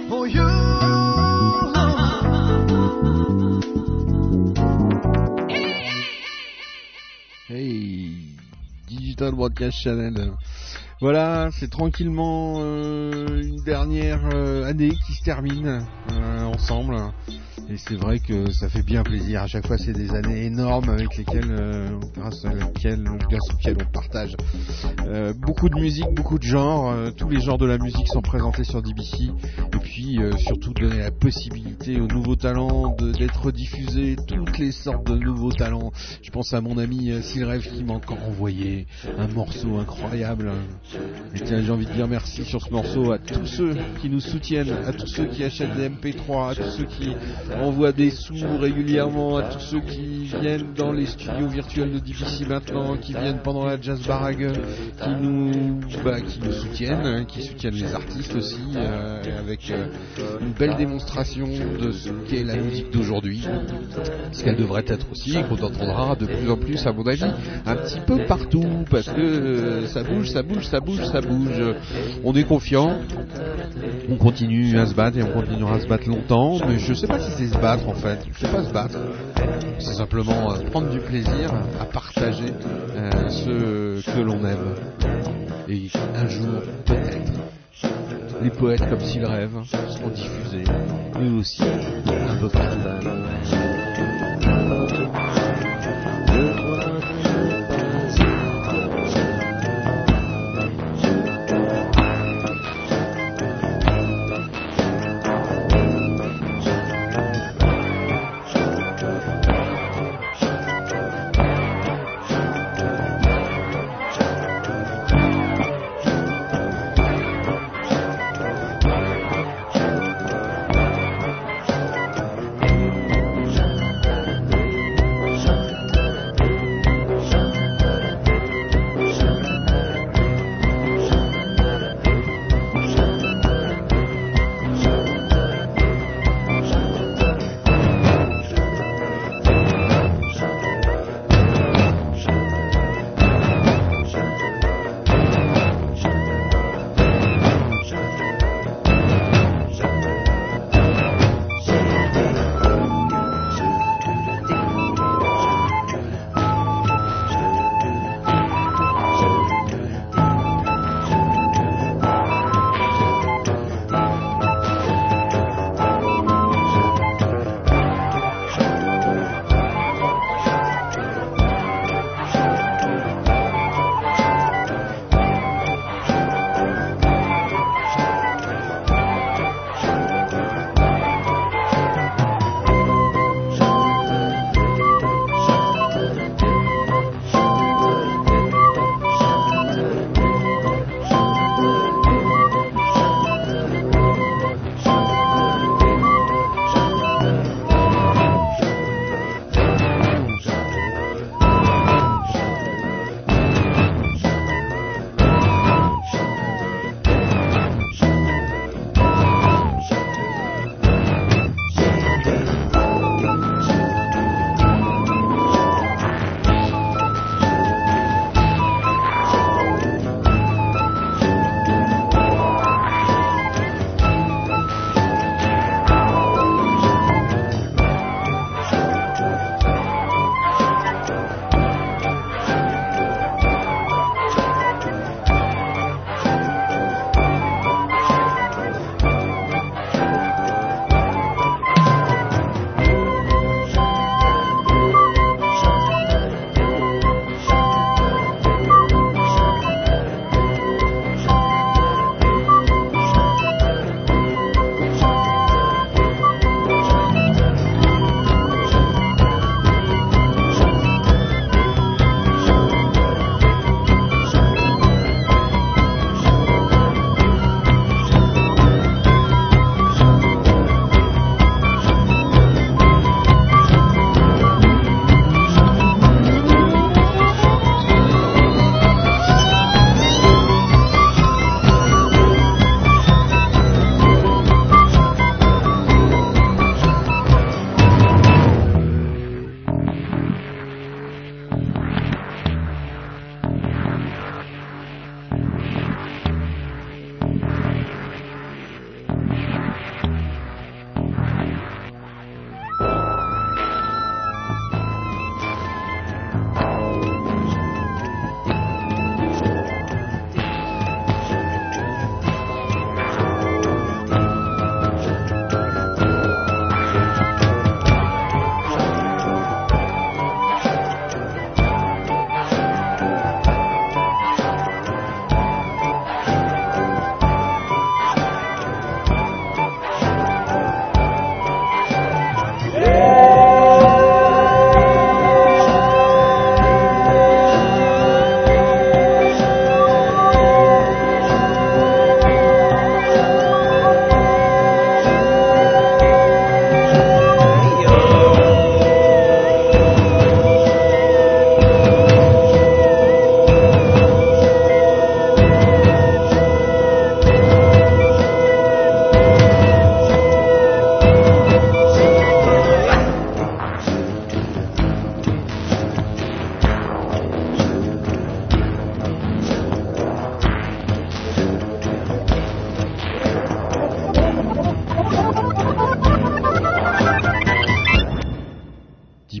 for you. Hey, Digital Broadcast Channel. Voilà, c'est tranquillement euh, une dernière euh, année qui se termine euh, ensemble. Et c'est vrai que ça fait bien plaisir. À chaque fois, c'est des années énormes avec lesquelles, euh, grâce à lesquelles, grâce auxquelles on partage euh, beaucoup de musique, beaucoup de genres. Euh, tous les genres de la musique sont présentés sur D B C. Et puis, euh, surtout, donner la possibilité aux nouveaux talents de, d'être diffusés, toutes les sortes de nouveaux talents. Je pense à mon ami euh, Sylrev qui m'a encore envoyé un morceau incroyable. Et tiens, j'ai envie de dire merci sur ce morceau à tous ceux qui nous soutiennent, à tous ceux qui achètent des M P trois, à tous ceux qui envoient des sous régulièrement, à tous ceux qui viennent dans les studios virtuels de D B C maintenant, qui viennent pendant la Jazz Barague, qui nous, bah, qui nous soutiennent, qui soutiennent les artistes aussi, euh, avec euh, une belle démonstration de ce qu'est la musique d'aujourd'hui, ce qu'elle devrait être aussi, et qu'on entendra de plus en plus, à mon avis, un petit peu partout, parce que euh, ça bouge, ça bouge, ça bouge, ça bouge. On est confiant, on continue à se battre et on continuera à se battre longtemps, mais je sais pas si c'est se battre en fait, je sais pas se battre, c'est simplement euh, prendre du plaisir à partager euh, ce que l'on aime. Et un jour, peut-être, les poètes comme Sylrev seront diffusés, eux aussi, un peu partout.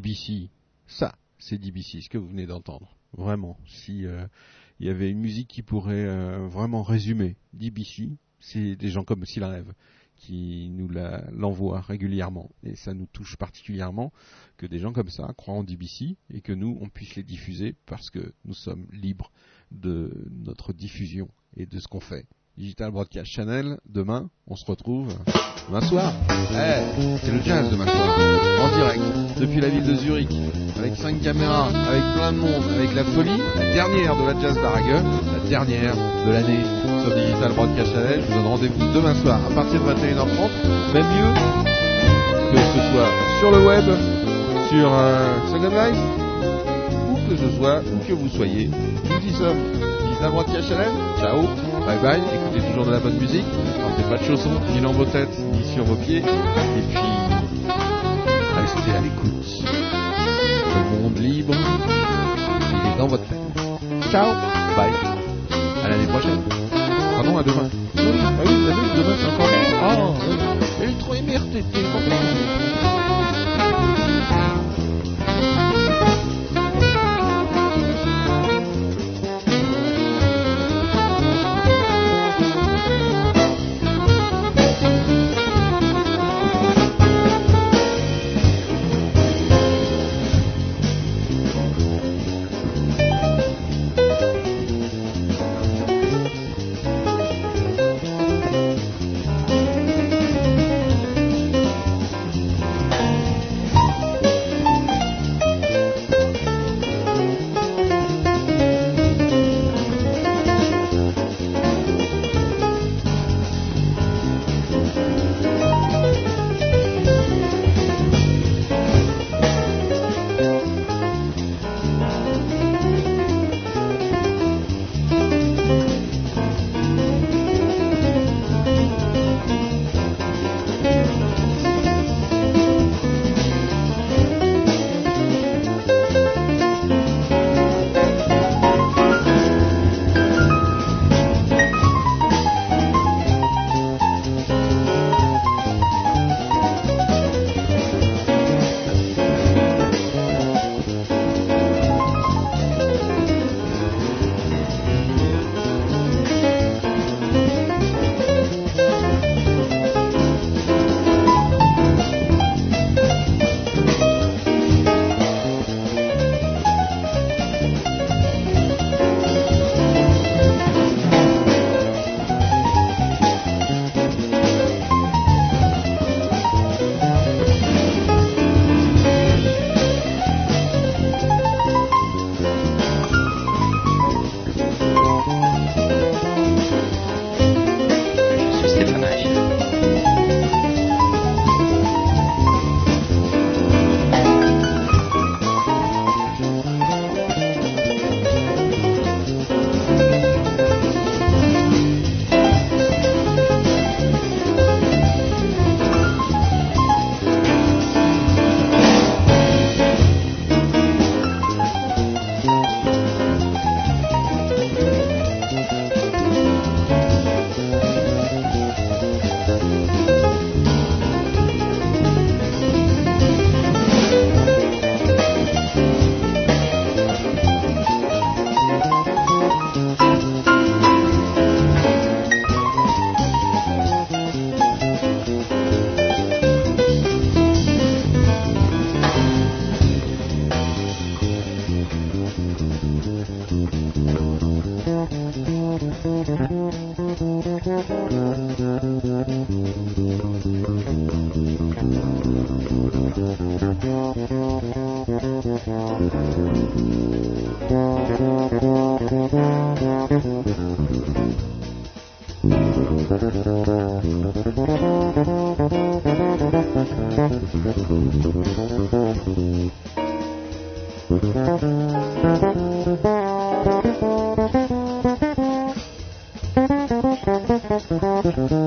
B C, ça, c'est D B C, ce que vous venez d'entendre. Vraiment, si euh, il y avait une musique qui pourrait euh, vraiment résumer D B C, c'est des gens comme Sylrève qui nous la, l'envoient régulièrement. Et ça nous touche particulièrement que des gens comme ça croient en D B C et que nous, on puisse les diffuser parce que nous sommes libres de notre diffusion et de ce qu'on fait. Digital Broadcast Channel, demain, on se retrouve demain soir. Hey, c'est le jazz demain soir, en direct, depuis la ville de Zurich, avec cinq caméras, avec plein de monde, avec la folie, la dernière de la Jazz Barague, la dernière de l'année sur Digital Broadcast Channel. Je vous donne rendez-vous demain soir à partir de vingt et une heures trente, même mieux que ce soit sur le web, sur euh, Second Life, ou que ce soit, où que vous soyez, nous y sommes. Digital Broadcast Channel, ciao, bye bye, écoutez toujours de la bonne musique, portez pas de chaussons, ni dans vos têtes, ni sur vos pieds, et puis restez à l'écoute. Le monde libre, il est dans votre tête. Ciao, bye, à l'année prochaine. Pardon, à demain. Oui, ah oui, demain c'est encore bien. Ah, oui. Elle est trop émerte,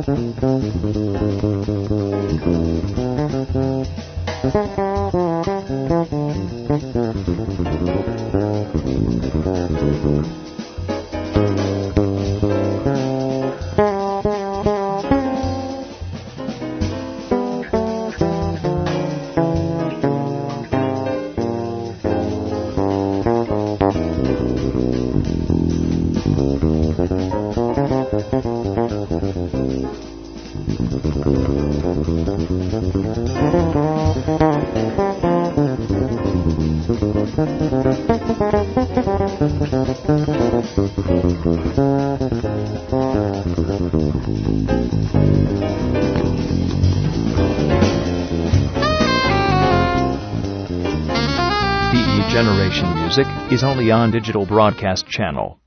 Thank you. Generation Music is only on Digital Broadcast Channel.